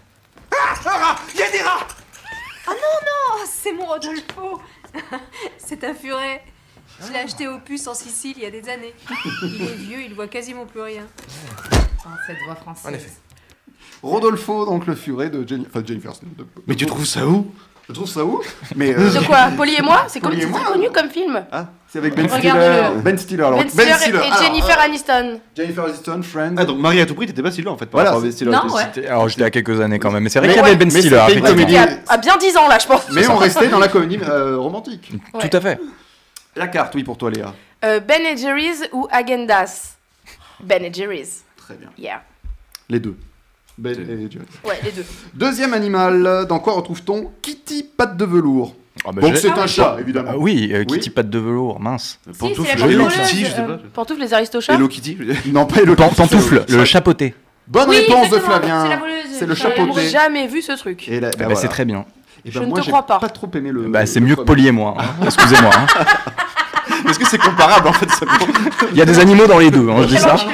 Ah, il y a des rats. Oh, c'est mon Rodolfo. C'est un furet. Je l'ai acheté aux puces en Sicile il y a des années. Il est vieux, il voit quasiment plus rien. Oh, cette voix française. En effet. Rodolfo, donc le furet de Jennifer. Enfin, Jennifer Aniston. de- Mais tu trouves ça où? Je trouve ça où? Mais. euh, De quoi? Polly et moi? C'est comme Polly et c'est moi. très connu comme film. Ah, c'est avec Ben Regardez-le. Stiller. Ben Stiller. Alors, Ben Stiller et Alors, Jennifer euh, Aniston. Jennifer Aniston, Friends. Ah, donc Marie à tout prix, t'étais pas si loin en fait. par Voilà, rapport à c'est- Ben Stiller. Non, T'étais- ouais. C'était- Alors j'étais à quelques années quand même, mais c'est vrai Mais qu'il y avait ouais, Ben mais Stiller. c'était une effectivement. Il y comédie. a à bien dix ans là, je pense. Mais on restait dans la comédie euh, romantique. Ouais. Tout à fait. La carte, oui, pour toi, Léa. Euh, Ben et Jerry's ou Agendas? Ben et Jerry's. Très bien. Yeah. Les deux. Ben et Jerry. Ouais, les deux. Deuxième animal, dans quoi retrouve-t-on Kitty patte de velours? Ah, bah, Donc j'ai- c'est Ah un oui. chat, évidemment. Ah oui, euh, Oui. Kitty patte de velours, mince. Pantoufle, c'est la Hello voleuse, Kitty, je sais euh, pas. Pantoufles, les aristochats? Hello Kitty. Non, pas le Pan- Pantoufle, le chapeauté. Bonne Oui, réponse de exactement, Flavien. c'est la voleuse. C'est le J'ai chapeauté. J'ai jamais vu ce truc. Et là, bah, Eh bah, voilà. c'est très bien. Et Je bah, ne moi, te j'ai crois pas. pas trop aimé le. Bah, c'est le mieux que premier. Polly et moi, hein. Excusez-moi. hein. Est-ce que c'est comparable en fait ça Il y a des animaux dans les deux, hein, je dis ça.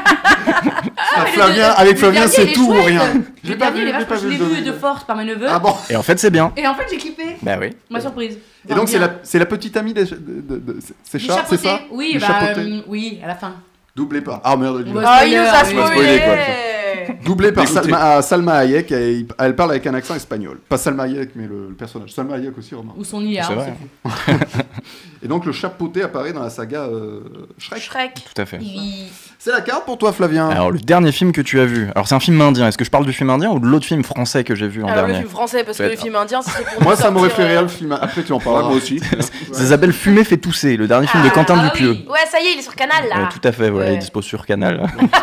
Ah, Flavien, avec Flavien, Le c'est dernier, il est tout ou chouette. rien. Le J'ai pas dernier, vu, il est j'ai vache, pas je vu l'ai le vu dernier. de force par mes neveux. Ah bon. Et en fait, c'est bien. Et en fait, j'ai kiffé. Bah oui. Ma surprise. Et donc, c'est Bien. la, c'est la petite amie des, de, de, de- c'est Du Char, c'est ça chapeauté. Oui, Du bah, chapeauté. euh, oui, à la fin. Doublé par. Ah merde, il Ouais. Ah, il nous a Spoiler, oui. spoilé, quoi. spoilé. doublé par Dégoûté. Salma, ah, Salma Hayek. Et elle parle avec un accent espagnol. Pas Salma Hayek, mais le, le personnage. Salma Hayek aussi, remarque. Ou son I A. C'est on vrai. sait plus. Et donc, le chapeauté apparaît dans la saga euh, Shrek. Shrek. Tout à fait. Il- C'est la carte pour toi, Flavien. Alors, le dernier film que tu as vu, alors c'est un film indien. Est-ce que je parle du film indien ou de l'autre film français que j'ai vu l'an Alors le dernier? film français, parce que Ouais. le film indien, c'est pour Moi, nous ça m'aurait sortir, fait rire euh, le film. Après, tu en parleras. moi aussi. Ça s'appelle Fumer fait tousser, le dernier film de Ah, Quentin ah Dupieux. oui. Ouais, ça y est, il est sur Canal là. Ouais, tout à fait, voilà, Ouais. il dispose sur Canal.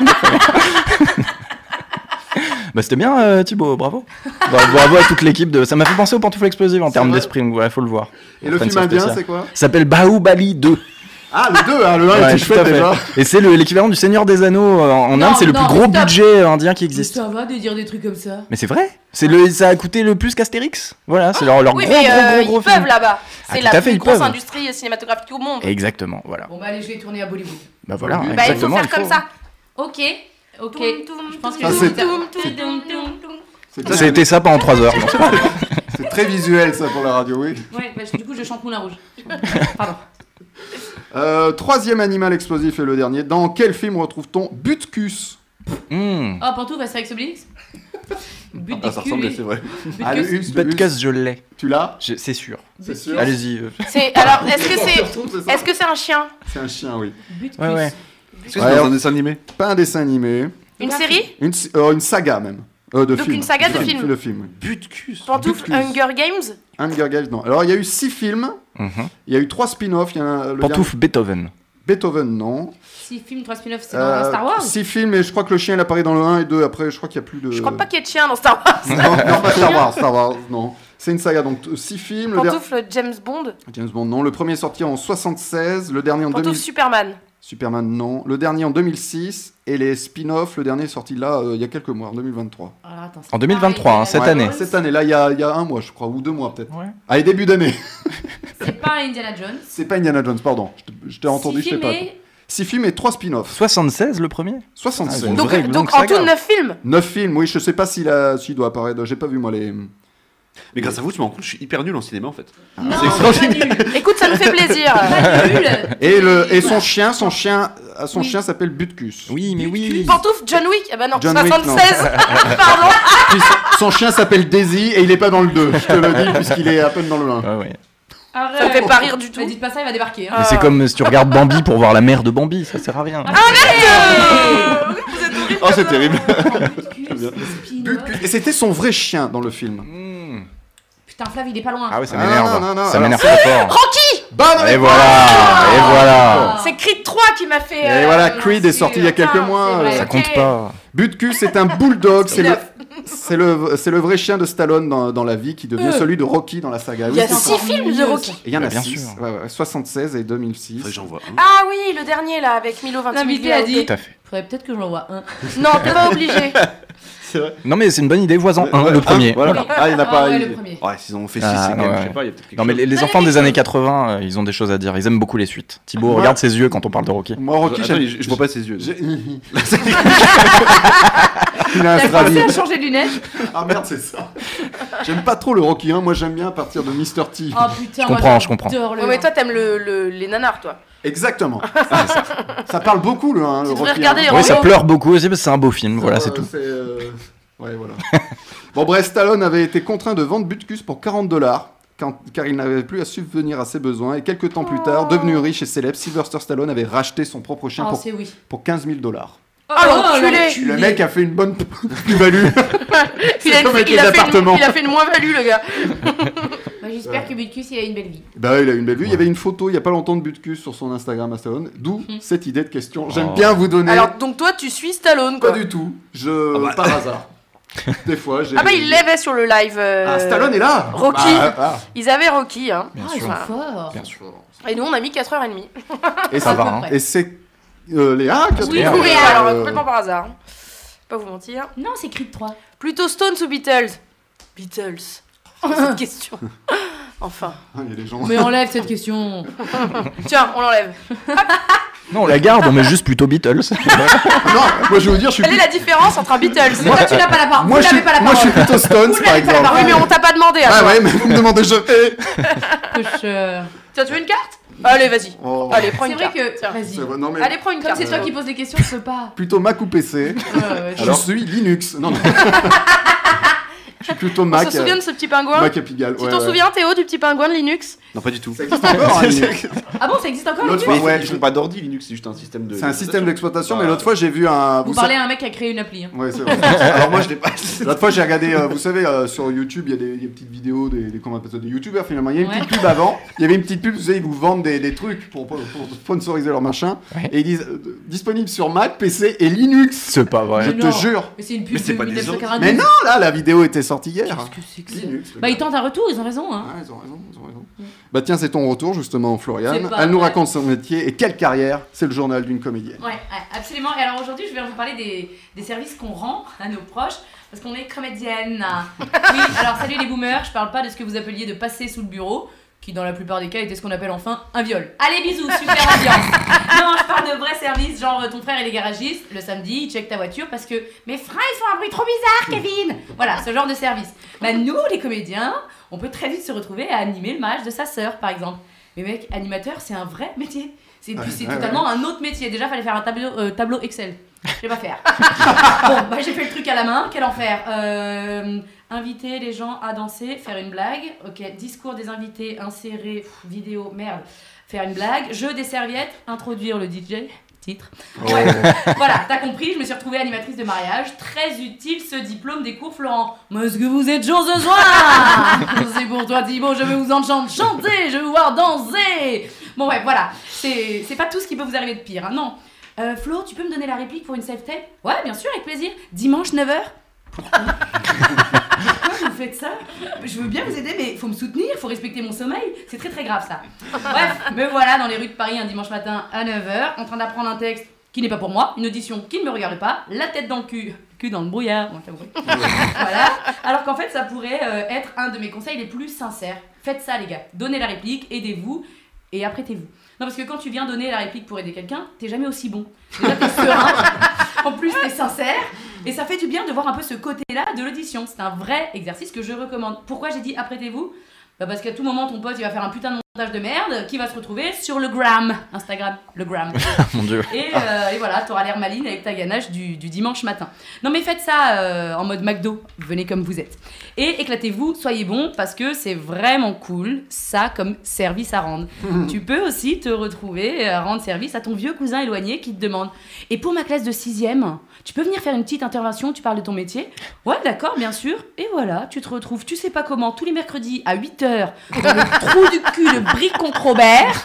Bah c'était bien euh, Thibaut, bravo. Bah, bravo à toute l'équipe de. Ça m'a fait penser aux pantoufles explosives en C'est termes vrai. d'esprit, donc voilà, faut le voir. Et le Fan film indien, spécial. c'est quoi Ça s'appelle Bahubali deux. Ah, le deux, hein, le un Ouais, était tout chouette à fait. déjà. Et c'est le- l'équivalent du Seigneur des Anneaux euh, en Non, Inde, c'est le non, plus gros stop. budget euh, indien qui existe. Ça va de dire des trucs comme ça. Mais c'est vrai, c'est le, ça a coûté le plus qu'Astérix. Voilà, c'est leur, leur Oui, gros, mais gros, euh, gros, gros ils film. peuvent là-bas. Ah, C'est tout la à fait, plus ils grosse peuvent. industrie cinématographique au monde. Exactement, voilà. Bon, bah, allez, je vais tourner à Bollywood. Bah voilà, Bah, il faut Bah, il faut exactement. faire comme ça. Ok. Ok. Toum, toum, Je pense que Ça, je c'est- vais faire- c'est- Toum, toum, toum. C'est Ça a été ça pendant trois heures. Non, c'est pas grave. c'est très visuel, ça, pour la radio, oui. Ouais, bah, du coup, je chante Moulin Rouge. Pardon. Euh, troisième animal explosif et le dernier. Dans quel film retrouve-t-on Butkus? Hmm. Oh, Pantouf, Astérix Obélix. But Ah, des ça culs, ressemblait, oui. c'est vrai. Ah, le Butkus. us, le us. Podcast, je l'ai. Tu l'as? Je- C'est sûr. C'est sûr. Allez-y. euh. C'est alors est-ce que On s'y c'est retrouve, c'est ça est-ce que c'est un chien? C'est un chien, oui. Butkus. Ouais, ouais. Est-ce que Ouais, c'est dans alors- un dessin animé? Pas un dessin animé. Une série? Une, si- euh, une saga, même. Euh, de Donc film. une saga de Film, films. De film, oui. Butkus. Pantoufle Butkus. Hunger Games? Hunger Games, non. Alors, il y a eu six films. Mhm. Il y a eu trois spin-offs. Il y en a le Pantoufle Beethoven. dernier- Beethoven, non. Six films, trois spin-offs, c'est dans Euh, Star Wars. Six films, et je crois que le chien, il apparaît dans le un et deux. Après, je crois qu'il n'y a plus de... Je crois pas qu'il y ait de chien dans Star Wars. Non, non, pas Star Wars, Star Wars, non. C'est une saga, donc euh, six films. Le der- Pantoufle James Bond? James Bond, non. Le premier est sorti en soixante-seize, le dernier en deux Pantoufle mille... Superman? Superman, non. Le dernier en deux mille six, et les spin-offs, le dernier est sorti là, euh, il y a quelques mois, en deux mille vingt-trois. Alors, attends, c'est En deux mille vingt-trois, pas hein, cette Ouais, année. Cette année, là, il y a, il y a un mois, je crois, ou deux mois peut-être. Ouais. Allez, début d'année. C'est pas Indiana Jones. C'est pas Indiana Jones, pardon. Je te- je t'ai entendu, Six je t'ai films pas. et- six films et trois spin-offs. soixante-seize le premier. soixante-seize. Ah, une Donc, vraie longue donc en saga. tout, neuf films. neuf films, oui, je sais pas s'il a... s'il doit apparaître. J'ai pas vu moi les. Mais grâce à vous, tu me rends compte, je suis hyper nul en cinéma en fait. Non, C'est extraordinaire. pas nul. Écoute, ça nous fait plaisir. Pas nul. Et, le... et son chien, son chien, son Oui. chien s'appelle Butkus. Oui, mais oui. Pantouf, John Wick. Ah bah non, John Wick, non. soixante-seize. Pardon. Puis son- son chien s'appelle Daisy et il est pas dans le deux, je te le dis, puisqu'il est à peine dans le un. Ouais, ouais. Arrête. Ça me fait pas rire du tout. Mais dites pas ça, il va débarquer. Hein. Mais c'est comme si tu regardes Bambi pour voir la mère de Bambi, ça sert à rien. Euh, Vous êtes horrible. Oh, c'est terrible. Butkus. Et c'était son vrai chien dans le film. Mmh. Putain, Flav, il est pas loin. Ah ouais, ça Ah, m'énerve. non, non, non, Ça alors m'énerve c'est- très fort. Rocky. Bonne Et réponse. voilà, et voilà. C'est Creed trois qui m'a fait. Et euh, voilà, Creed est sûr. sorti il y a quelques Putain, mois. c'est vrai. euh, Ça compte Ok. pas. Butkus, c'est un bulldog, c'est le, neuf. c'est le, c'est le vrai chien de Stallone dans, dans la vie qui devient Euh. celui de Rocky dans la saga. Il y a Oui, c'est six ça. films de Rocky. Et il y en a Bien six. sûr. Ouais, ouais, soixante-seize et deux mille six. Faudrait que j'en vois un. Ah oui, le dernier là avec Milo vingt-huit. L'invité a dit. Tout à fait. Faudrait peut-être que j'en vois un. Non, t'es pas obligé. C'est vrai. Non mais c'est une bonne idée, vois-en un, Ouais, le premier. Voilà. Oui. Ah, il y en a Ah pas. ouais, il- le premier. Ouais, s'ils ont fait six, Ah, c'est quand même, ouais. je sais pas, il y a peut-être quelque Non mais chose. les, les Ouais, enfants les des mecs, années euh, quatre-vingts, euh, ils ont des choses à dire. Ils aiment beaucoup les suites. Thibaut, Moi- regarde ses yeux quand on parle de Rocky. Moi, Rocky, Attends, j'aime- je, je vois pas ses yeux. j'ai- Il a un T'as Stradi. pensé à changer de lunettes? Ah merde, c'est ça. J'aime pas trop le Rocky un, moi j'aime bien à partir de mister T. Oh putain, Je moi, comprends, je comprends. j'adore le Ouais, mais un. toi, t'aimes le, le- les nanars, toi. Exactement. ça parle beaucoup le un, le Tu devrais Rocky regarder un. les Oui, ça Rambo. pleure beaucoup aussi parce que c'est un beau film, voilà, Ça, c'est tout. euh, Ouais, voilà. Bon, bref, Stallone avait été contraint de vendre Butkus pour quarante dollars. Car il n'avait plus à subvenir à ses besoins. Et quelques temps plus tard, devenu riche et célèbre, Sylvester Stallone avait racheté son propre chien Oh, pour, c'est oui. pour quinze mille dollars. Ah, l'enculé. Le mec a fait une bonne plus-value. Il a, comme avec il les a fait une, appartements. il a fait une moins-value, le gars. Bah, j'espère que Butkus il a une belle vie. Bah, il a une belle vue. Il y avait une photo il y a pas longtemps de Butkus sur son Instagram à Stallone. D'où Mhm. cette idée de question. J'aime Oh. bien vous donner. Alors, donc toi, tu suis Stallone, Pas quoi. du tout. Je. Ah bah. Par hasard. Des fois, j'ai. Ah bah, il l'avait sur le live. euh, Ah, Stallone est là. Rocky. Bah, ah, Ils avaient Rocky, hein. Bien Ah, ils sûr. sont forts. Bien sûr. Et nous, on a mis quatre heures trente. Et Ça c'est- va, hein. Et c'est. Euh, les ah, Oui, Merde. oui, euh, alors, complètement par hasard. Pas vous mentir. Non, c'est Creed trois. Plutôt Stones ou Beatles? Beatles. Cette question. Enfin. Ah, il y a des gens. Mais enlève cette question. Tiens, on l'enlève. Non, on la garde, on met juste plutôt Beatles. Non, moi je vais vous dire, je suis. Quelle est la différence entre un Beatles? Mais toi, tu n'as pas la parole. Moi, Vous je suis, n'avez pas la moi je suis parole. plutôt Stones Vous par n'avez pas la exemple. parole. Oui, mais on t'a pas demandé. Ah alors. ouais, mais vous me demandez je fais. Que je- Tiens, tu veux une carte? Allez, vas-y. Oh. Allez, prends C'est une vrai carte. que. Tiens. Vas-y. C'est vrai, non, mais Allez, prends une Comme carte. c'est toi qui poses des questions, je peux pas. plutôt Mac ou P C. Ouais, ouais, Je suis Linux. Non, non. Je suis plutôt On Mac. se souvient de ce petit pingouin? Mac à Pigalle. Tu ouais, t'en ouais. souviens, Théo, du petit pingouin de Linux? Non, pas du tout. Ça existe encore, hein, Linux. Ah bon, ça existe encore L'autre Linux fois, Mais ouais, ils je- font pas d'ordi Linux, c'est juste un système de. C'est un système d'exploitation, mais Bah, l'autre fois j'ai vu un. Vous sa- parlez à un mec qui a créé une appli. hein. Ouais, c'est vrai. Alors moi je l'ai pas. L'autre fois j'ai regardé, euh, vous savez, euh, sur YouTube, il y a des, des petites vidéos, des, des, comment on appelle ça, des youtubeurs finalement. Il y a une Ouais. petite pub avant, il y avait une petite pub, vous savez, ils vous vendent des, des trucs pour, pour, pour sponsoriser leur machin. Ouais. Et ils disent euh, disponible sur Mac, P C et Linux. C'est pas vrai. Je Mais te non. jure. Mais c'est une pub Mais c'est de pas des mille neuf cent ordi. quarante-douze. Mais non, là, la vidéo était sortie hier. Qu'est-ce que c'est que ça Linux. le Bah, gars. ils tentent un retour, ils ont raison. Hein. Ah, ils ont raison, ils ont raison. Bah tiens, c'est ton retour justement, Floriane. C'est pas Elle nous vrai. raconte son métier et quelle carrière. C'est le journal d'une comédienne. Ouais, ouais, absolument. Et alors aujourd'hui, je vais vous parler des, des services qu'on rend à nos proches parce qu'on est comédienne. Oui, alors salut les boomers, je parle pas de ce que vous appeliez de passer sous le bureau, qui dans la plupart des cas était ce qu'on appelle enfin un viol. Allez, bisous, super ambiance. Non, je parle de vrais services, genre ton frère et les garagistes, le samedi, ils checkent ta voiture parce que mes freins ils font un bruit trop bizarre, Kevin. Voilà, ce genre de service. Bah nous, les comédiens, on peut très vite se retrouver à animer le mariage de sa sœur, par exemple. Mais mec, animateur, c'est un vrai métier. C'est, puis c'est ouais, totalement un autre métier. Déjà, fallait faire un tableau, euh, tableau Excel. Je vais pas faire. Bon, bah j'ai fait le truc à la main. Quel enfer. Euh, inviter les gens à danser, faire une blague. Ok, discours des invités, insérer, pff, vidéo, merde. Faire une blague. Jeu des serviettes, introduire le D J. Titre. Ouais. Voilà, t'as compris, je me suis retrouvée animatrice de mariage. Très utile ce diplôme des cours Florent. Mais est-ce que vous êtes chaud ce soir? C'est pour toi Thibaut, je vais vous entendre chanter, je vais vous voir danser. Bon ouais, voilà, c'est, c'est pas tout ce qui peut vous arriver de pire, hein. Non. Euh, Flo, tu peux me donner la réplique pour une self-tape? Ouais, bien sûr, avec plaisir. Dimanche neuf heures. Pourquoi vous faites ça? Je veux bien vous aider, mais faut me soutenir, faut respecter mon sommeil. C'est très très grave ça. Bref, me voilà dans les rues de Paris un dimanche matin à neuf heures, en train d'apprendre un texte qui n'est pas pour moi, une audition qui ne me regarde pas, la tête dans le cul, le cul dans le brouillard. Bon, t'as compris. Voilà. Alors qu'en fait, ça pourrait euh, être un de mes conseils les plus sincères. Faites ça, les gars. Donnez la réplique, aidez-vous et apprêtez-vous. Non, parce que quand tu viens donner la réplique pour aider quelqu'un, t'es jamais aussi bon. Déjà, t'es serein, en plus, t'es sincère, et ça fait du bien de voir un peu ce côté-là de l'audition. C'est un vrai exercice que je recommande. Pourquoi j'ai dit apprêtez-vous ? Bah parce qu'à tout moment, ton pote, il va faire un putain de montage de merde qui va se retrouver sur le gram. Instagram, le gram. Mon Dieu. Et, euh, et voilà, t'auras l'air maline avec ta ganache du, du dimanche matin. Non mais faites ça euh, en mode McDo, venez comme vous êtes. Et éclatez-vous, soyez bons, parce que c'est vraiment cool, ça comme service à rendre. Tu peux aussi te retrouver à rendre service à ton vieux cousin éloigné qui te demande « Et pour ma classe de sixième, tu peux venir faire une petite intervention, tu parles de ton métier ?» Ouais, d'accord, bien sûr. Et voilà, tu te retrouves, tu sais pas comment, tous les mercredis à huit heures, dans le trou du cul de Bricon-Robert,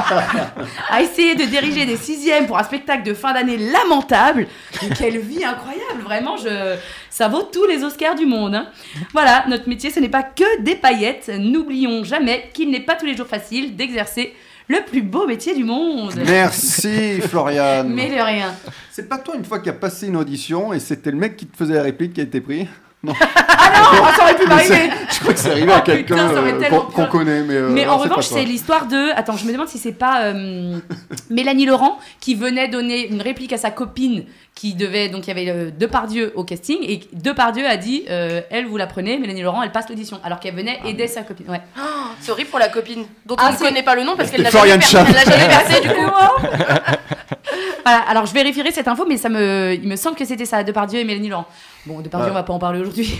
à essayer de diriger des sixièmes pour un spectacle de fin d'année lamentable. Mais quelle vie incroyable, vraiment, je... ça vaut tous les Oscars du monde. Hein. Voilà, notre métier, ce n'est pas que des paillettes. N'oublions jamais qu'il n'est pas tous les jours facile d'exercer le plus beau métier du monde. Merci Floriane. Mais de rien. C'est pas toi une fois qui a passé une audition et c'était le mec qui te faisait la réplique qui a été pris? Non. Ah non, ça aurait pu m'arriver. Je crois que c'est arrivé à Oh, quelqu'un putain, ça aurait euh, tellement qu'on qu'on connaît, mais. euh, Mais non, en c'est revanche, pas toi. c'est l'histoire de. Attends, je me demande si c'est pas euh, Mélanie Laurent qui venait donner une réplique à sa copine qui devait. Donc il y avait euh, Depardieu au casting et Depardieu a dit euh, elle, vous la prenez, Mélanie Laurent, elle passe l'audition. Alors qu'elle venait aider sa copine. Ouais. Oh, c'est horrible pour la copine, dont Ah, on ne c'est- connaît pas le nom parce qu'elle C'était n'a jamais, Florian per- elle l'a jamais versé du coup. Voilà, alors je vérifierai cette info, mais ça me, il me semble que c'était ça, Depardieu et Mélanie Laurent. Bon, Depardieu, Ouais. on va pas en parler aujourd'hui.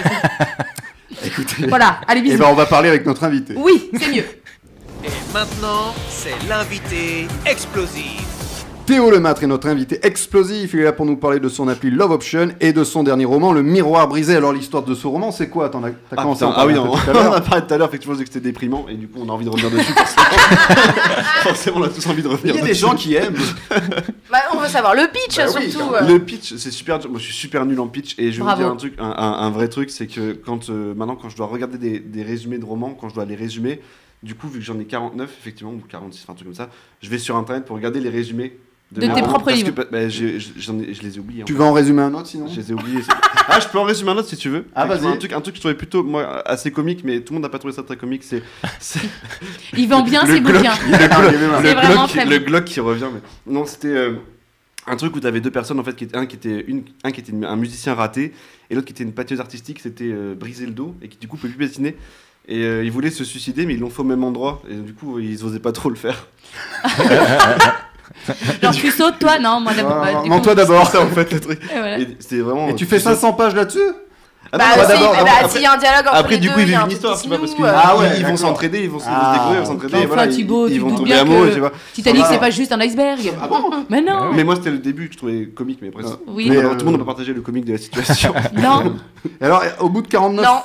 Écoutez. Voilà, allez, Eh bisous. ben, on va parler avec notre invité. Oui, c'est mieux. Et maintenant, c'est l'invité explosif. Théo Lemâtre est notre invité explosif. Il est là pour nous parler de son appli Love Option et de son dernier roman, Le Miroir brisé. Alors, l'histoire de ce roman, c'est quoi? T'en as, t'as Ah, commencé à en putain, ah oui, parler un on, peu tout à on l'heure. a parlé tout à l'heure, effectivement, je disais que c'était déprimant, et du coup, on a envie de revenir dessus. Forcément, forcément on a tous envie de revenir Il y a des dessus. gens qui aiment. Bah, on veut savoir le pitch Bah oui, surtout. quand euh. Le pitch, c'est super dur. Moi, je suis super nul en pitch, et je vais Bravo. vous dire un truc, un, un- un vrai truc, c'est que quand, euh, maintenant, quand je dois regarder des, des résumés de romans, quand je dois les résumer, du coup, vu que j'en ai quarante-neuf, effectivement, ou quarante-six, enfin, un truc comme ça, je vais sur Internet pour regarder les résumés De mes tes romans, propres parce livres. que, bah, j'ai- j'en ai- je les ai oubliés. en Tu fait. veux en résumer un autre sinon? Je les ai oubliés. c'est- Ah, je peux en résumer un autre si tu veux. Ah, Effectivement, vas-y. Un truc, un truc que je trouvais plutôt moi, assez comique, mais tout le monde n'a pas trouvé ça très comique. C'est c'est- Il vend bien le ses Glock- bouquins. Il y avait marre. C'est le vraiment Glock, très le bon. Glock qui revient. Mais... Non, c'était euh, un truc où tu avais deux personnes en fait, qui étaient, un qui était une, un qui était une- un musicien raté et l'autre qui était une pâteuse artistique. C'était euh, brisé le dos et qui du coup peut plus patiner. Et euh, ils voulaient se suicider, mais ils l'ont fait au même endroit. Et du coup, ils osaient pas trop le faire. Genre, tu sautes, toi? Non, moi d'abord. Ah, bah, du non, coup, toi d'abord. C'est ça en fait le truc. et voilà. Et c'était vraiment. Et tu fais cinq cents pages là-dessus? Ah, Bah, non, si, bah, d'abord, bah, après- s'il y a un dialogue entre Après, les du deux, coup, ils il y a vivent un une truc histoire, qui tu vois, se parce noue, qu'ils euh, Ah ouais, ils vont d'accord. s'entraider, ils vont se ils vont se Ah. découvrir, ils vont s'entraider, et Enfin, voilà, Thibaut, ils, tu ils vont doutes tomber bien amoureux, que- tu vois. Titanic, Ça va. c'est pas juste un iceberg. Mais non. Mais moi, c'était le début que je trouvais comique, mais après, Ah. c'est- Oui. tout le monde- Mais, tout le monde euh, n'a pas partagé le comique de la situation. Non. Et alors, au bout de quarante-neuf. Non,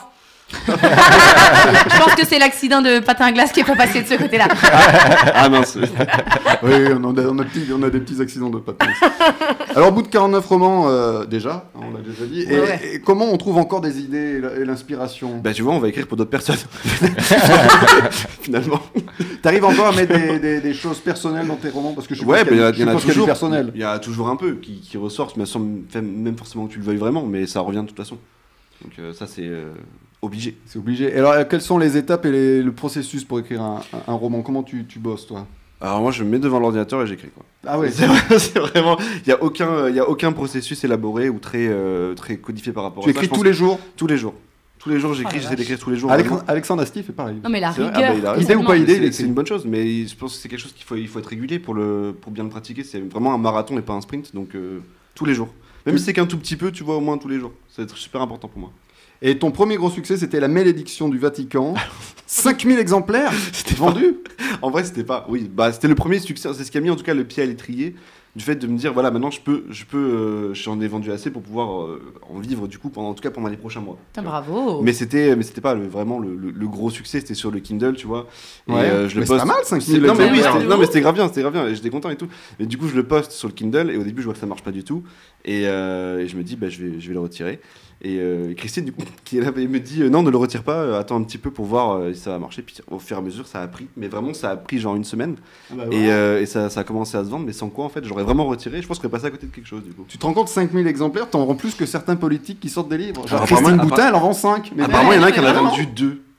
Je pense que c'est l'accident de patin à glace qui est pas passé de ce côté-là. Ah mince. Oui, on a, on, a petit- on a des petits accidents de patin. Alors, au bout de quarante-neuf romans, euh, déjà, on l'a déjà dit. Et, Ouais, ouais. et comment on trouve encore des idées et la- et l'inspiration? Bah, tu vois, on va écrire pour d'autres personnes. Finalement. T'arrives encore à mettre des, des- des choses personnelles dans tes romans? Parce que je suppose Ouais, qu'il il y y, a, a- je y en a suppose qu'il y a du toujours. personnel. Il y a toujours un peu qui, qui ressort, mais sans même forcément que tu le veuilles vraiment, mais ça revient de toute façon. Donc, euh, ça, c'est euh, obligé. C'est obligé. Et alors, quelles sont les étapes et les- le processus pour écrire un, un- un roman? Comment tu, tu bosses, toi? Alors, moi, je me mets devant l'ordinateur et j'écris, quoi. Ah ouais. C'est vrai- c'est vraiment. Il n'y a, aucun- il y a aucun processus élaboré ou très, euh, très codifié par rapport Tu à ça. écris Je pense tous les jours? Tous les jours. Tous les jours, Oh j'écris, la j'essaie vache. d'écrire tous les jours. Alex- vraiment. Alexandre Astier fait pareil. Non, mais la C'est vrai. rigueur. Ah bah, il a raison. Idée ou pas idée, il C'est- écrit. C'est une bonne chose, mais je pense que c'est quelque chose qu'il faut, il faut être régulier pour, le, pour bien le pratiquer. C'est vraiment un marathon et pas un sprint, donc euh, tous les jours. Même si c'est qu'un tout petit peu, tu vois, au moins tous les jours. Ça va être super important pour moi. Et ton premier gros succès, c'était La Malédiction du Vatican. cinq mille exemplaires C'était vendus. En vrai, c'était pas. Oui, bah, c'était le premier succès. C'est ce qui a mis en tout cas le pied à l'étrier. Du fait de me dire, voilà, maintenant je peux. je peux euh, J'en ai vendu assez pour pouvoir euh, en vivre, du coup, pendant, en tout cas pendant les prochains mois. Putain, bravo. Mais c'était, mais c'était pas le, vraiment le, le- le gros succès, c'était sur le Kindle, tu vois. Et, Ouais. euh, je le Mais c'est poste. pas mal, cinq C'est- mille Non mais oui, exemplaires. c'était, non mais c'était grave bien, c'était grave bien, et j'étais content et tout. Mais du coup, je le poste sur le Kindle et au début, je vois que ça marche pas du tout. Et, euh, et je me dis, bah, je vais, je vais le retirer. Et, euh, et Christine, du coup, qui est là, elle me dit, euh, non, ne le retire pas, euh, attends un petit peu pour voir euh, si ça va marcher. Puis au fur et à mesure, ça a pris. Mais vraiment, ça a pris genre une semaine. Et, euh, et ça, ça a commencé à se vendre, mais sans quoi, en fait, j'aurais vraiment retiré. Je pense que je serais passé à côté de quelque chose, du coup. Tu te rends compte, cinq mille exemplaires, t'en vends plus que certains politiques qui sortent des livres. Genre Ah, Christine apparemment- Boutin, elle en vend cinq. Mais Apparemment, il y en a un qui en a non, vendu deux.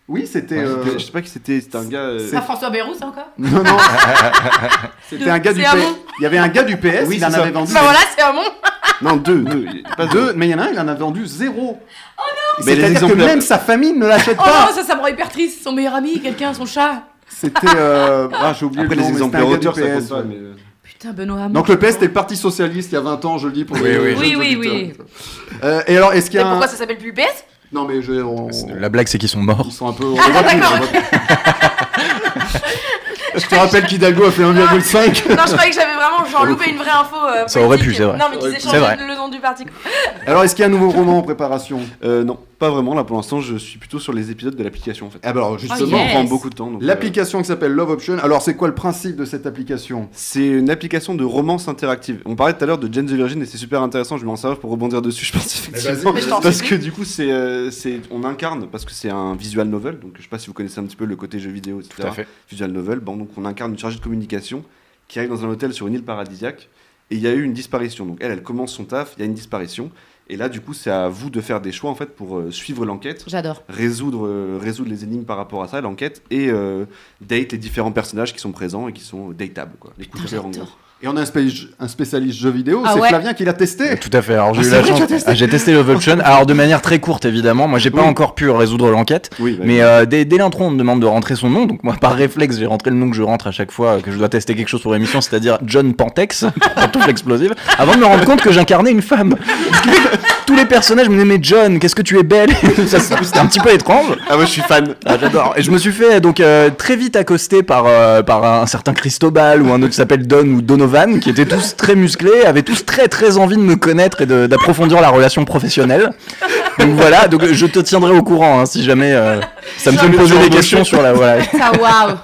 Oui, c'était. Ouais, euh, c'était- Je sais pas qui c'était, c'était un gars. euh, C'est pas François Bayrou, ça encore Non, non. C'était un gars du C'est P S. un bon. Il y avait un gars du P S, Oui, il en c'est ça. avait vendu. Bah voilà, c'est un bon. Non, deux, deux. Pas Deux, mais il y en a un, il en a vendu zéro. Oh Mais les C'est-à-dire que exemplaires- même sa famille ne l'achète Oh pas. non, ça, ça me rend hyper triste. Son meilleur ami, quelqu'un, son chat. C'était. euh, Ah, j'ai oublié Après, le les nom, mais c'était exemplaires un gars du auteurs, ça P S. compte pas. ouais. Mais... euh, Putain, Benoît Hamon. Donc le P S c'était le Parti Socialiste il y a vingt ans, je le dis pour Oui, les oui. jeunes Oui, oui, auditeurs. Euh, et alors, est-ce qu'il y Mais a un... pourquoi ça s'appelle plus le P S? Non mais je... on- La blague, c'est qu'ils sont morts. Ils sont un peu... on les voit plus, on les voit plus. Je te rappelle qu'Hidalgo a fait un virgule cinq. Non, je croyais que j'avais vraiment genre loupé une vraie info. euh, Ça aurait pu, politique. c'est vrai. Non, mais qu'ils C'est échangent vrai. le nom du parti. Alors, est-ce qu'il y a un nouveau roman en préparation? Euh, non, pas vraiment. Là, pour l'instant, je suis plutôt sur les épisodes de l'application en fait. Ah bah alors Oh, justement, yes. Ça prend beaucoup de temps. donc, euh, l'application qui s'appelle Love Option. Alors, c'est quoi le principe de cette application? C'est une application de romance interactive. On parlait tout à l'heure de Jane the Virgin et c'est super intéressant. Je vais en savoir pour rebondir dessus, je pense effectivement. vas-y, Mais je t'en Parce supplie. que du coup, c'est, euh, c'est, on incarne parce que c'est un visual novel. Donc, je sais pas si vous connaissez un petit peu le côté jeu vidéo, et cetera. Tout à fait. Visual novel. Bon, donc on incarne une chargée de communication qui arrive dans un hôtel sur une île paradisiaque et il y a eu une disparition. Donc elle, elle commence son taf, il y a une disparition et là, du coup, c'est à vous de faire des choix en fait pour euh, suivre l'enquête. J'adore. Résoudre, euh, résoudre les énigmes par rapport à ça, l'enquête, et euh, date les différents personnages qui sont présents et qui sont datables, quoi. Les coups de cœur, en gros. Et on a un, spé- un spécialiste jeu vidéo, Ah c'est ouais. Flavien qui l'a testé. Tout à fait. Alors j'ai Ah, eu c'est la vrai que chance. tu as testé Ah, j'ai testé Love Option. Alors de manière très courte évidemment. Moi j'ai pas Oui. encore pu résoudre l'enquête. Oui, bah, Mais euh, dès, dès l'intro on me demande de rentrer son nom. Donc moi par réflexe j'ai rentré le nom que je rentre à chaque fois que je dois tester quelque chose pour l'émission, c'est-à-dire John Pantex pour Pantoufle Explosive. Avant de me rendre compte que j'incarnais une femme. Ce qui fait que tous les personnages me disaient mais John, qu'est-ce que tu es belle. Ça, c'était un petit peu étrange. Ah, moi je suis fan. Ah, j'adore. Et je me suis fait donc euh, très vite accosté par, euh, par un certain Cristobal ou un autre qui s'appelle Don ou Donovan, qui étaient tous très musclés, avaient tous très très envie de me connaître et de- d'approfondir la relation professionnelle. Donc voilà, donc je te tiendrai au courant hein, si jamais euh, ça me fait me poser des questions sur la voilà. Ça, waouh.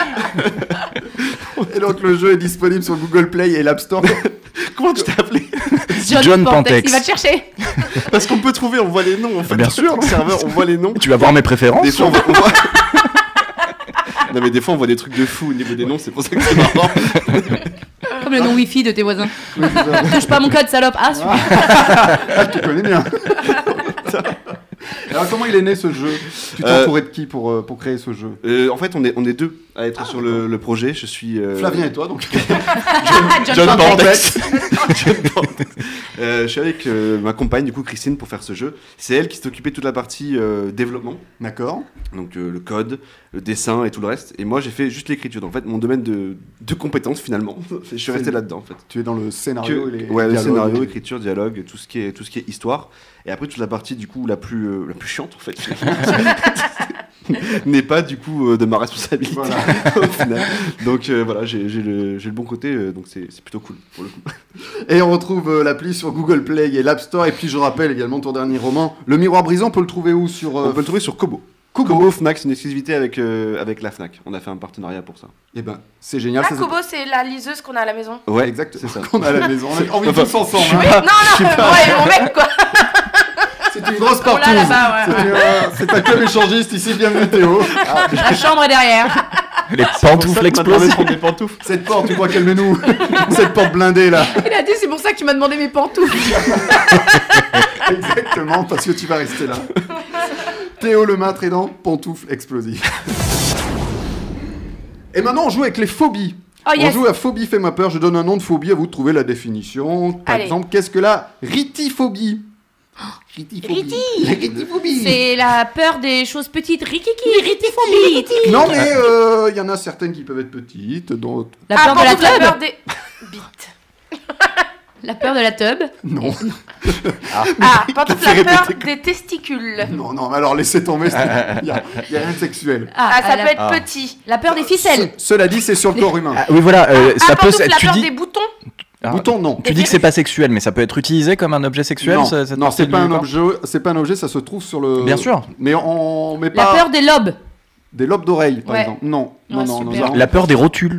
Et donc le jeu est disponible sur Google Play et l'App Store. Comment tu t'es appelé? John Pantex. Il va te chercher. Parce qu'on peut trouver, on voit les noms en fait. Bien Sur sûr. le serveur, on voit les noms. Tu vas voir mes préférences. Des fois, on voit. on voit- non, mais des fois, on voit des trucs de fou au niveau des noms, c'est pour ça que c'est marrant. Comme le nom Wi-Fi de tes voisins. Touche pas mon code, salope. Ah, super. Ah, tu connais bien. Alors comment il est né ce jeu? Tu t'es Euh, entouré de qui pour, euh, pour créer ce jeu? Euh, en fait, on est, on est deux à être sur le, le projet. Je suis. euh, Flavien et toi donc. John, John Pantex. Pantex. John Pantex. Euh, je suis avec euh, ma compagne, du coup, Christine, pour faire ce jeu. C'est elle qui s'est occupée de toute la partie euh, développement, D'accord. donc euh, le code, le dessin et tout le reste. Et moi, j'ai fait juste l'écriture. Donc, en fait, mon domaine de, de compétences, finalement, je suis resté C'est- là-dedans, en fait. Tu es dans le scénario Que- et les ouais, le dialogues. scénario, écriture, dialogue, tout ce qui est, tout ce qui est histoire. Et après, toute la partie, du coup, la plus, euh, la plus chiante, en fait, finalement, n'est pas, du coup, euh, de ma responsabilité, Voilà. au final. Donc, euh, voilà, j'ai j'ai le, j'ai le bon côté, euh, donc c'est c'est plutôt cool, pour le coup. Et on retrouve euh, l'appli sur Google Play et l'App Store. Et puis je rappelle également ton dernier roman, Le Miroir Brisant, on peut le trouver où sur euh, On peut le trouver sur Kobo. Kobo. Kobo Fnac, c'est une exclusivité avec, euh, avec la Fnac. On a fait un partenariat pour ça. Eh ben, c'est génial. Ah, ça, Kobo, c'est la liseuse qu'on a à la maison. Ouais, exact. c'est ça. Qu'on a à la maison. On a envie Enfin, tous ensemble. je suis hein. pas- Non, non, ouais, mon mec, quoi. C'est une grosse On l'a partouze. là-bas, ouais, C'est un- C'est un club échangiste ici, bienvenue Théo. La chambre est derrière. Les pantoufles explosives. des pantoufles. Cette porte, tu crois qu'elle met nous Cette porte blindée là. Il a dit, c'est pour ça que tu m'as demandé mes pantoufles. Exactement, parce que tu vas rester là. Théo Lemâtre est dans Pantoufles Explosives. Et maintenant, on joue avec les phobies. Oh On yes. joue à Phobie fait-moi peur. Je donne un nom de phobie, à vous de trouver la définition. Par Allez. exemple, qu'est-ce que la ritiphobie? Ritiphobie. La ritiphobie. C'est la peur des choses petites. Rikiki, ritiphobie. Non, mais euh, il y en a certaines qui peuvent être petites, d'autres. La Ah, peur de la Pantoufle, la tub. peur des bites. La peur de la tub. Non. Ah, Pantoufle, la peur des testicules. Non, non, mais alors laissez tomber. Il n'y a, y a rien de sexuel. Ah, ça la, peut être Ah. petit. la peur des ficelles. Ce- cela dit, c'est sur le corps humain. Ah, oui voilà, euh, ça Ah, peut. Pantoufle, la Tu peur dis. des boutons. Ah, Bouton, non. Tu dis que c'est pas sexuel, mais ça peut être utilisé comme un objet sexuel. non, ça- cette non, partie c'est du pas un corps objet. C'est pas un objet, ça se trouve sur le. Bien sûr. Mais on met La pas peur des lobes. des lobes d'oreilles, par Ouais. exemple. Non, non, Ouais, non, non, super. non. La peur des rotules.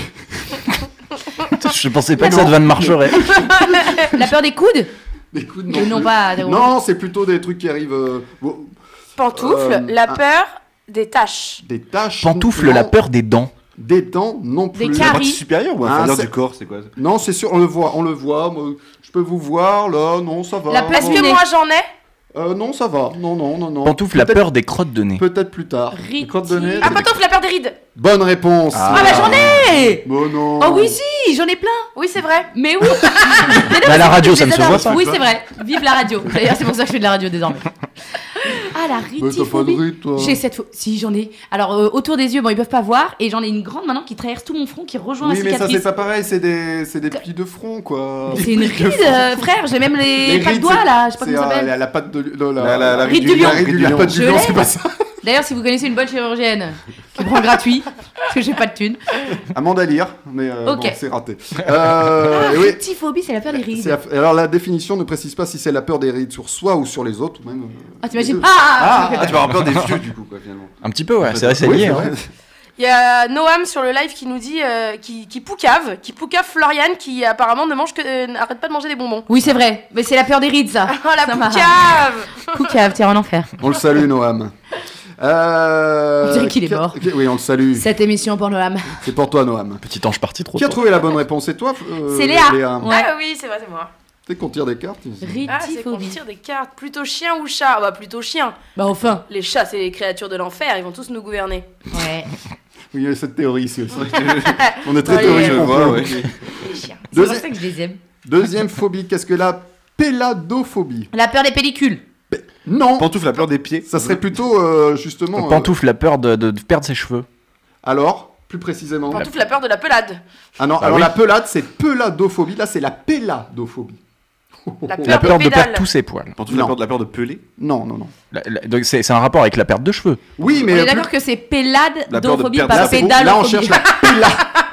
Je pensais pas Mais que cette non. vanne marcherait. La peur des coudes. Des coudes, Euh, non, plus. pas des- Non, c'est plutôt des trucs qui arrivent. euh, bon, Pantoufle, Euh, la ah. peur des taches. des taches. Pantoufle, non. la peur des dents. Des dents, non Des plus. La caries. partie supérieure ou Ah, inférieure c'est- du corps, c'est quoi? Non, c'est sûr, on le voit, on le voit. moi, je peux vous voir là, non, ça va. La bon. place Est-ce que nez. moi j'en ai? Euh, non, ça va. Non, non, non, non. Pantoufle, la Peut-être- peur des crottes de nez. Peut-être plus tard. Riti. Les crottes de nez, Ah, t'as des- pantoufle, la peur des rides. Bonne réponse. Ah. Ah bah j'en ai. Bon, non. Oh oui si, j'en ai plein. Oui, c'est vrai. Mais oui. Mais à la radio, Je ça ne les se voit adore. pas. Oui, c'est vrai. Vive la radio. D'ailleurs, c'est pour ça que je fais de la radio désormais. Ah, la Mais t'as pas de ritiphobie. ride, toi. J'ai cette phobie. Si, j'en ai. Alors, euh, autour des yeux, bon, ils peuvent pas voir. Et j'en ai une grande maintenant qui traverse tout mon front, qui rejoint Oui, la mais ça, cicatrice. c'est pas pareil. C'est des, c'est des plis de front, quoi. C'est une ride, euh, frère. J'ai même les, Les pas de rides, doigts c'est- là. Je sais pas c'est, comment ça euh, s'appelle. la, la patte de non, la, La- la- la ride du lion. La ride du lion. La patte du Je lion, l'ai. c'est pas ça. D'ailleurs, si vous connaissez une bonne chirurgienne qui prend gratuit, parce que j'ai pas de thune. Amanda Lear, mais euh, Ok. bon, c'est raté. Euh, et oui. Ritiphobie, c'est la peur des rides. C'est la- Alors la définition ne précise pas si c'est la peur des rides sur soi ou sur les autres, ou même. euh, Ah, t'imagines les deux. Ah, ah, Ah, tu vas avoir peur des vieux du coup, quoi, finalement. Un petit peu, ouais. C'est vrai, c'est Oui, lié. c'est hein. vrai. Il y a Noam sur le live qui nous dit euh, qui, qui poucave, qui poucave Florian qui apparemment ne mange que euh, n'arrête pas de manger des bonbons. Oui, c'est vrai. Mais c'est la peur des rides, ça. Oh la Ça va. poucave. Poucave, t'es en enfer. On le salue, Noam. Euh... On dirait qu'il est qui a- mort. qui- Oui, on le salue. Cette émission pour Noam. C'est pour toi, Noam. Petit ange parti trop Qui a tôt. trouvé la bonne réponse? C'est toi euh, C'est Léa. Ouais. Ah oui, c'est vrai, c'est moi. Dès qu'on tire des cartes. il- Ah, c'est qu'on Ritiphobie. tire des cartes. Plutôt chien ou chat? Ah bah plutôt chien. Bah enfin. Les chats, c'est les créatures de l'enfer, ils vont tous nous gouverner. Ouais. Oui, il y a cette théorie ici aussi. On est très Ouais, théorie je complot. vois, ouais. Les chiens. C'est Deuxi- pour ça que je les aime. Deuxième phobie, qu'est-ce que la péladophobie? La peur des pellicules. Non, Pantoufle, la peur des pieds. ça serait plutôt euh, justement. euh, Pantoufle, la peur de, de perdre ses cheveux. Alors, plus précisément. Pantoufle, la peur de la pelade. Ah non, Ah alors oui. la pelade, c'est peladophobie. Là, c'est la péladophobie. La peur, La peur des de pédales. perdre tous ses poils. Pantoufle, la Non. peur de la peur de peler. Non, non, non. La- la- donc c'est c'est un rapport avec la perte de cheveux. Oui, On mais est plus- d'accord que c'est La peur de péladophobie, perdre pas là, c'est bon. pédalophobie. Là, on cherche la péla.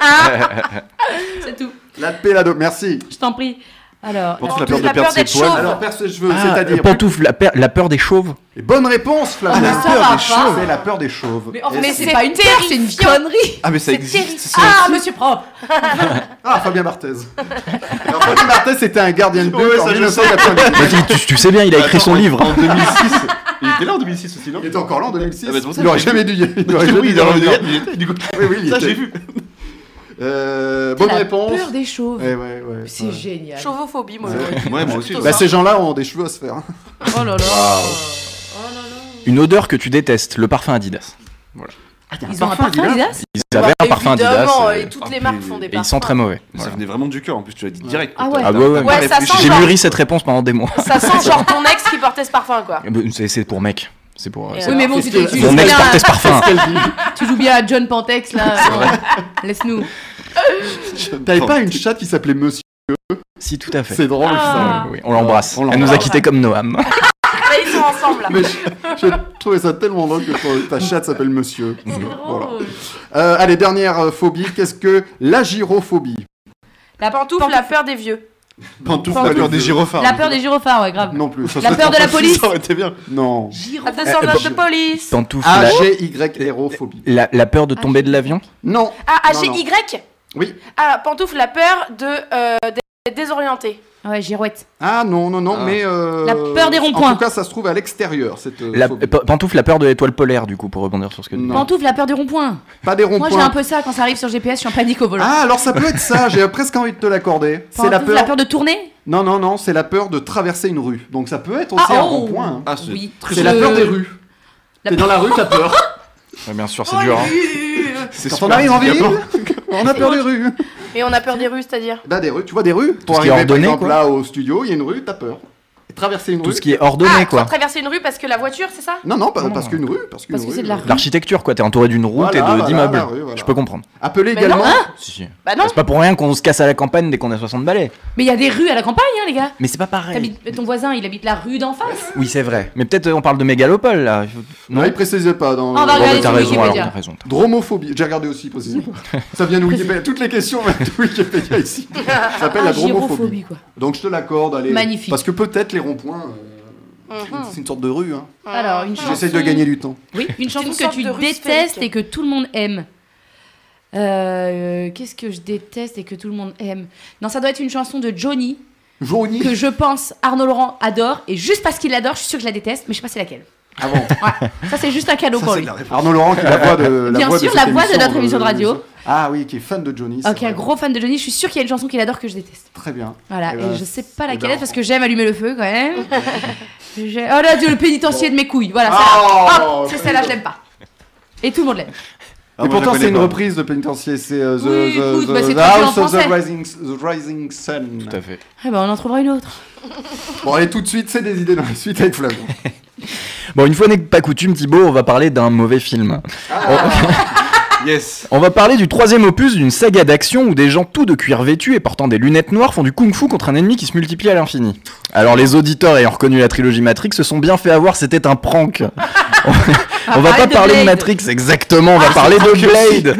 C'est tout. La pélado. Merci. Je t'en prie. Alors, Pantoufle, la Pantoufle, peur de la perdre peur ses d'être poils. chauve. Alors, perce les cheveux, Ah, c'est-à-dire. pantoufle, la, per- la peur des chauves. Et bonne réponse, Flavien. Ah, mais ça va pas. C'est la peur des chauves. mais, enfin, Et mais c'est- c'est pas une peur, c'est une terrifiant. connerie. Ah, mais ça C'est existe. terrifiant. Ah, monsieur propre. Ah, Fabien Barthez. Alors, Fabien Barthez, c'était un gardien de but Ouais, en ça, je mille neuf cent quatre-vingt-dix. Mais tu, tu sais bien, il a écrit son Attends, livre. En deux mille six. Il était là en deux mille six aussi, non Il était encore là en deux mille six. Ah, bah, c'est pour ça il aurait que j'ai jamais dû y il aurait Oui, jamais il dû est dans le revenir. il était, du coup. Oui, oui, il Ça, était. j'ai vu. Euh, bonne La réponse. peur des chauves. Ouais, ouais, ouais. C'est ouais. génial. Chauvophobie, moi. Ouais. j'aurais dit. Ouais, moi aussi. Plutôt Bah, ça. ces gens-là ont des cheveux à se faire. hein. Oh là là. Une odeur que tu détestes, le parfum Adidas. Ils ont un parfum Adidas. Ils avaient un parfum Adidas Évidemment, euh, et toutes Ah, les puis- marques font des et parfums. il sent très mauvais. Ça Voilà. venait vraiment du cœur, en plus, tu l'as dit direct. Ah quoi. ouais. T'as- Ah ouais, ouais. t'as Ouais, pas ça réfléchi. sent J'ai genre- mûri cette réponse pendant des mois. Ça sent genre ton ex qui portait ce parfum, quoi. Eh ben, C'est c'est pour mec. C'est pour. Et c'est- Oui, mais bon, tu, Qu'est-ce tu, que- joues Mon ex bien, portait ce parfum. tu joues bien à John Pantex là. Bon, laisse-nous. T'avais pas une chatte qui s'appelait Monsieur? Si, tout à fait. C'est drôle Ah. ça. Oui, on l'embrasse. On Elle nous a l'embrasse. quittés comme Noam. Là, ils sont ensemble, là. Mais je, je trouvais ça tellement drôle que ton- ta chatte s'appelle Monsieur. C'est Voilà. drôle. Euh, allez, dernière euh, phobie. Qu'est-ce que l'agyrophobie? La pantoufle, la peur des vieux. Pantoufle, la peur des gyrophares. La peur des gyrophares, ouais, grave. Non plus. La peur de la police. Ça aurait été bien. Non. La descendante de police. Pantoufle, la, A-G-Y-R-O-phobie. la, la peur de tomber de l'avion. Non. Ah, Non, non. A-G-Y. Oui. Ah, pantoufle, la peur de euh, des désorientés. Ouais, girouette. Ah non, non, non, Ah. mais... euh, La peur des ronds-points. En tout cas, ça se trouve à l'extérieur, cette euh, La, phobie. pa- pantoufle, la peur de l'étoile polaire, du coup, pour rebondir sur ce que tu dis. Non. Pantoufle, la peur du rond-point. Pas des Moi, j'ai ronds-points. un peu ça quand ça arrive sur G P S, je suis en panique au volant. Ah, alors ça peut être ça, j'ai presque envie de te l'accorder. C'est la Pantoufle, peur... la peur de tourner. Non, non, non, c'est la peur de traverser une rue. Donc ça peut être aussi Ah, un oh. rond-point. hein. Ah, c'est Oui. C'est Je- la peur des rues. La T'es dans la rue, t'as peur. Ouais, bien sûr, c'est dur. hein. C'est Quand on super arrive en ville, handicapant. on a peur des rues. Et on a peur des rues, c'est-à-dire. Bah des rues, tu vois des rues. Pour ce qui est arriver par ordonné, exemple quoi. là au studio, il y a une rue, t'as peur. Et traverser une Tout rue. ce qui est ordonné, Ah, quoi. faut traverser une rue parce que la voiture, c'est ça? Non, non, pas- Non, parce non. qu'une rue, parce qu'une Parce que rue, c'est de la euh, rue. L'architecture, quoi. T'es entouré d'une route Voilà, et de- voilà, d'immeubles. la rue, voilà. Je peux comprendre. Appelé Mais également. non, hein. Si, si. Bah non. C'est pas pour rien qu'on se casse à la campagne dès qu'on a soixante balais. Mais il y a des rues à la campagne, hein, les gars. Mais c'est pas pareil. T'habites- Ton voisin, il habite la rue d'en face. Oui, c'est vrai. Mais peut-être euh, on parle de mégalopole, là. Non, il précisait pas dans. Ah, on va Bon, regarder bah, t'as sur raison, alors Wikipédia. t'as raison. Dromophobie. J'ai regardé aussi précisément. Ça vient de Wikipédia. Toutes les questions viennent de Wikipédia ici. Ça s'appelle Ah, la dromophobie. gyrophobie, quoi. Donc je te l'accorde, allez. Magnifique. Parce que peut-être les ronds-points, euh, Mhm. c'est une sorte de rue. Hein. Alors, une chanson. J'essaye de gagner du temps. Oui, une chanson une que sorte tu de rue détestes sphérique. et que tout le monde aime. Euh, Qu'est-ce que je déteste et que tout le monde aime? Non, ça doit être une chanson de Johnny Johnny. que je pense Arnaud Laurent adore et juste parce qu'il l'adore, je suis sûre que je la déteste, mais je sais pas c'est laquelle. Ah bon. Ça, c'est juste un cadeau Ça, pour c'est lui. de la réponse. Arnaud Laurent qui est la voix de la Bien voix sûr, de la cette voix de notre euh, émission de radio. Ah oui, qui est fan de Johnny. c'est Ok, un vrai. gros fan de Johnny, je suis sûre qu'il y a une chanson qu'il adore que je déteste. Très bien. Voilà, Eh et ben, je sais pas eh laquelle ben, est parce que j'aime allumer le feu quand même. J'ai- Oh là, Dieu, le pénitencier de mes couilles. Voilà, Oh, celle-là. Hop, c'est celle-là, je l'aime pas. Et tout le monde l'aime. Ah, Et moi, je pourtant, la c'est une connais pas. reprise de Pénitencier, c'est euh, The, Oui, the- écoute, the- bah, c'est the traduit en House of the français. Rising, the Rising Sun. Tout à fait. Eh ben, on en trouvera une autre. Bon, allez, tout de suite, c'est des idées dans la suite avec Flavien. Bon, une fois n'est pas coutume, Thibaut, on va parler d'un mauvais film. Yes. On va parler du troisième opus d'une saga d'action où des gens tout de cuir vêtus et portant des lunettes noires font du kung-fu contre un ennemi qui se multiplie à l'infini. Alors les auditeurs ayant reconnu la trilogie Matrix se sont bien fait avoir, c'était un prank. On, on va pas de parler de Blade. Matrix exactement, on va parler de Blade.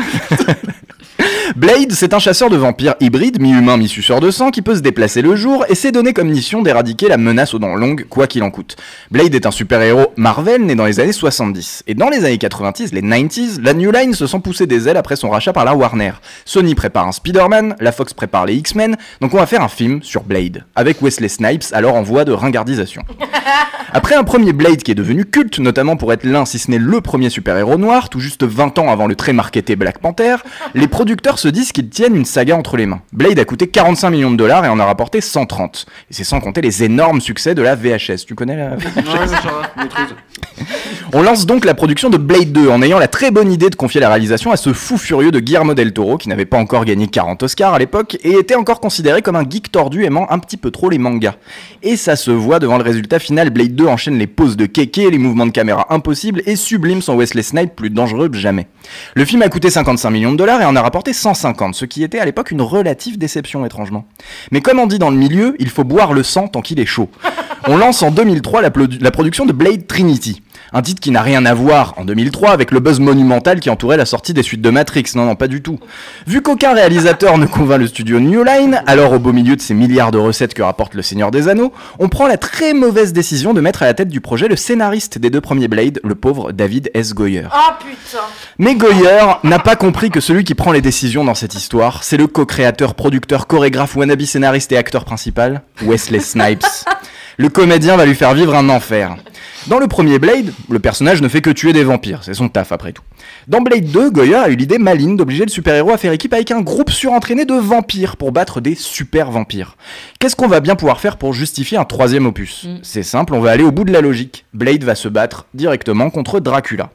Blade, c'est un chasseur de vampires hybride, mi-humain, mi-suceur de sang, qui peut se déplacer le jour et s'est donné comme mission d'éradiquer la menace aux dents longues, quoi qu'il en coûte. Blade est un super-héros Marvel né dans les années soixante-dix. Et dans les années quatre-vingt-dix, les quatre-vingt-dix, la New Line se sent pousser des ailes après son rachat par la Warner. Sony prépare un Spider-Man, la Fox prépare les X-Men, donc on va faire un film sur Blade, avec Wesley Snipes alors en voie de ringardisation. Après un premier Blade qui est devenu culte, notamment pour être l'un, si ce n'est le premier super-héros noir, tout juste vingt ans avant le très marketé Black Panther, les producteurs se disent qu'ils tiennent une saga entre les mains. Blade a coûté quarante-cinq millions de dollars et en a rapporté cent trente. Et c'est sans compter les énormes succès de la V H S. Tu connais la V H S? Ouais, ouais, ça va, maîtrise. On lance donc la production de Blade deux en ayant la très bonne idée de confier la réalisation à ce fou furieux de Guillermo del Toro qui n'avait pas encore gagné quarante Oscars à l'époque et était encore considéré comme un geek tordu aimant un petit peu trop les mangas. Et ça se voit devant le résultat final, Blade deux enchaîne les poses de kéké, les mouvements de caméra impossibles et sublime son Wesley Snipes plus dangereux que jamais. Le film a coûté cinquante-cinq millions de dollars et en a rapporté cent cinquante, ce qui était à l'époque une relative déception étrangement. Mais comme on dit dans le milieu, il faut boire le sang tant qu'il est chaud. On lance en deux mille trois la, produ- la production de Blade Trinity. Un titre qui n'a rien à voir en deux mille trois avec le buzz monumental qui entourait la sortie des suites de Matrix. Non, non, pas du tout. Vu qu'aucun réalisateur ne convainc le studio New Line, alors au beau milieu de ces milliards de recettes que rapporte le Seigneur des Anneaux, on prend la très mauvaise décision de mettre à la tête du projet le scénariste des deux premiers Blade, le pauvre David S. Goyer. Oh putain. Mais Goyer n'a pas compris que celui qui prend les décisions dans cette histoire, c'est le co-créateur, producteur, chorégraphe, wannabe scénariste et acteur principal, Wesley Snipes. Le comédien va lui faire vivre un enfer. Dans le premier Blade, le personnage ne fait que tuer des vampires, c'est son taf après tout. Dans Blade deux, Goyer a eu l'idée maligne d'obliger le super-héros à faire équipe avec un groupe surentraîné de vampires pour battre des super vampires. Qu'est-ce qu'on va bien pouvoir faire pour justifier un troisième opus? Mm. C'est simple, on va aller au bout de la logique. Blade va se battre directement contre Dracula.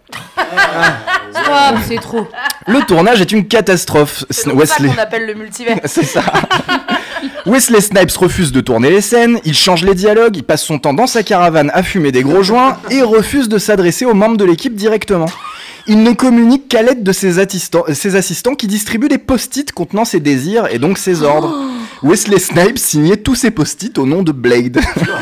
Oh, c'est trop. Le tournage est une catastrophe. C'est Sn- donc Wesley... ça qu'on appelle le multivers. C'est ça. Wesley Snipes refuse de tourner les scènes, il change les dialogues, il passe son temps dans sa caravane à fumer des gros joints et refuse de s'adresser aux membres de l'équipe directement. Il ne communique qu'à l'aide de ses, attistants- ses assistants qui distribuent des post-it contenant ses désirs et donc ses ordres. Wesley Snipes signait tous ses post-it au nom de Blade.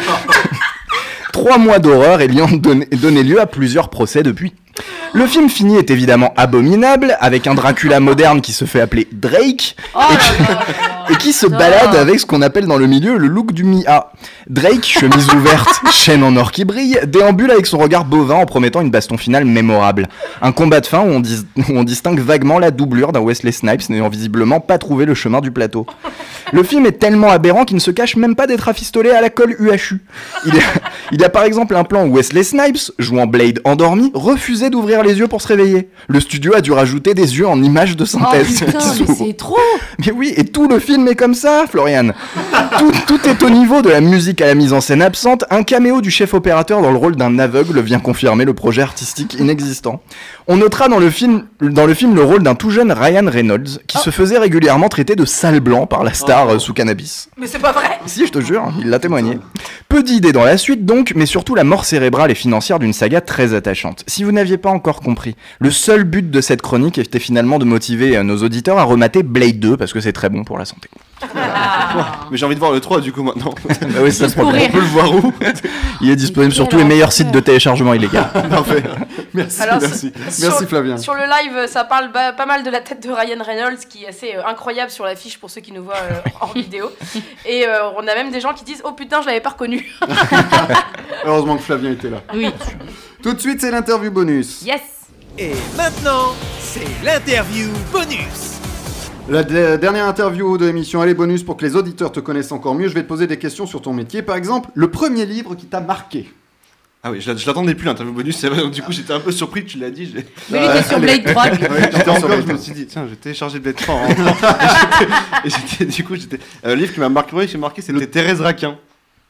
Trois mois d'horreur ayant donné, donné lieu à plusieurs procès depuis. Le film fini est évidemment abominable, avec un Dracula moderne qui se fait appeler Drake, Oh et là qui, là là là. et qui se Non. balade avec ce qu'on appelle dans le milieu le look du Mia. Drake, chemise ouverte, chaîne en or qui brille, déambule avec son regard bovin en promettant une baston finale mémorable. Un combat de fin où on, dis- où on distingue vaguement la doublure d'un Wesley Snipes n'ayant visiblement pas trouvé le chemin du plateau. Le film est tellement aberrant qu'il ne se cache même pas d'être rafistolé à la colle U H U. Il y a, il y a par exemple un plan où Wesley Snipes, jouant Blade endormi, refusait d'ouvrir les yeux pour se réveiller. Le studio a dû rajouter des yeux en images de Oh synthèse. putain, qui mais s'ouvrent. c'est trop. Mais oui, et tout le film est comme ça, Florian. Tout, tout est au niveau de la musique à la mise en scène absente. Un caméo du chef opérateur dans le rôle d'un aveugle vient confirmer le projet artistique inexistant. On notera dans le film, dans le, film le rôle d'un tout jeune Ryan Reynolds qui se faisait régulièrement traiter de sale blanc par la star euh, sous cannabis. Mais c'est pas vrai. Si, je te jure, il l'a témoigné. Peu d'idées dans la suite donc, mais surtout la mort cérébrale et financière d'une saga très attachante. Si vous n'aviez pas encore compris, le seul but de cette chronique était finalement de motiver euh, nos auditeurs à remater Blade deux parce que c'est très bon pour la santé. Mais j'ai envie de voir le trois du coup maintenant. Bah oui, c'est ça le Juste pour problème. rire. On peut le voir où? Il est disponible sur tous les meilleurs sites de téléchargement illégal. Parfait. Merci, Alors, merci. Sur- Merci Flavien. Sur le live, ça parle ba- pas mal de la tête de Ryan Reynolds, qui est assez euh, incroyable sur l'affiche pour ceux qui nous voient euh, en vidéo. Et euh, on a même des gens qui disent: oh putain, je l'avais pas reconnu. Heureusement que Flavien était là. Oui. Tout de suite, c'est l'interview bonus. Yes. Et maintenant, c'est l'interview bonus. La de- dernière interview de l'émission, elle est bonus pour que les auditeurs te connaissent encore mieux. Je vais te poser des questions sur ton métier. Par exemple, le premier livre qui t'a marqué. Ah oui, je l'a- je l'attendais plus l'interview bonus, c'est vrai, donc du coup j'étais un peu surpris que tu l'as dit. j'ai- Mais il était sur Blade trois. Ouais, J'étais j'étais encore, sur je me suis dit, tiens, je vais télécharger Blade trois. en- et j'étais- et j'étais, du coup, j'étais. Euh, le livre qui m'a marqué, ouais, j'ai marqué, c'était Thérèse Raquin.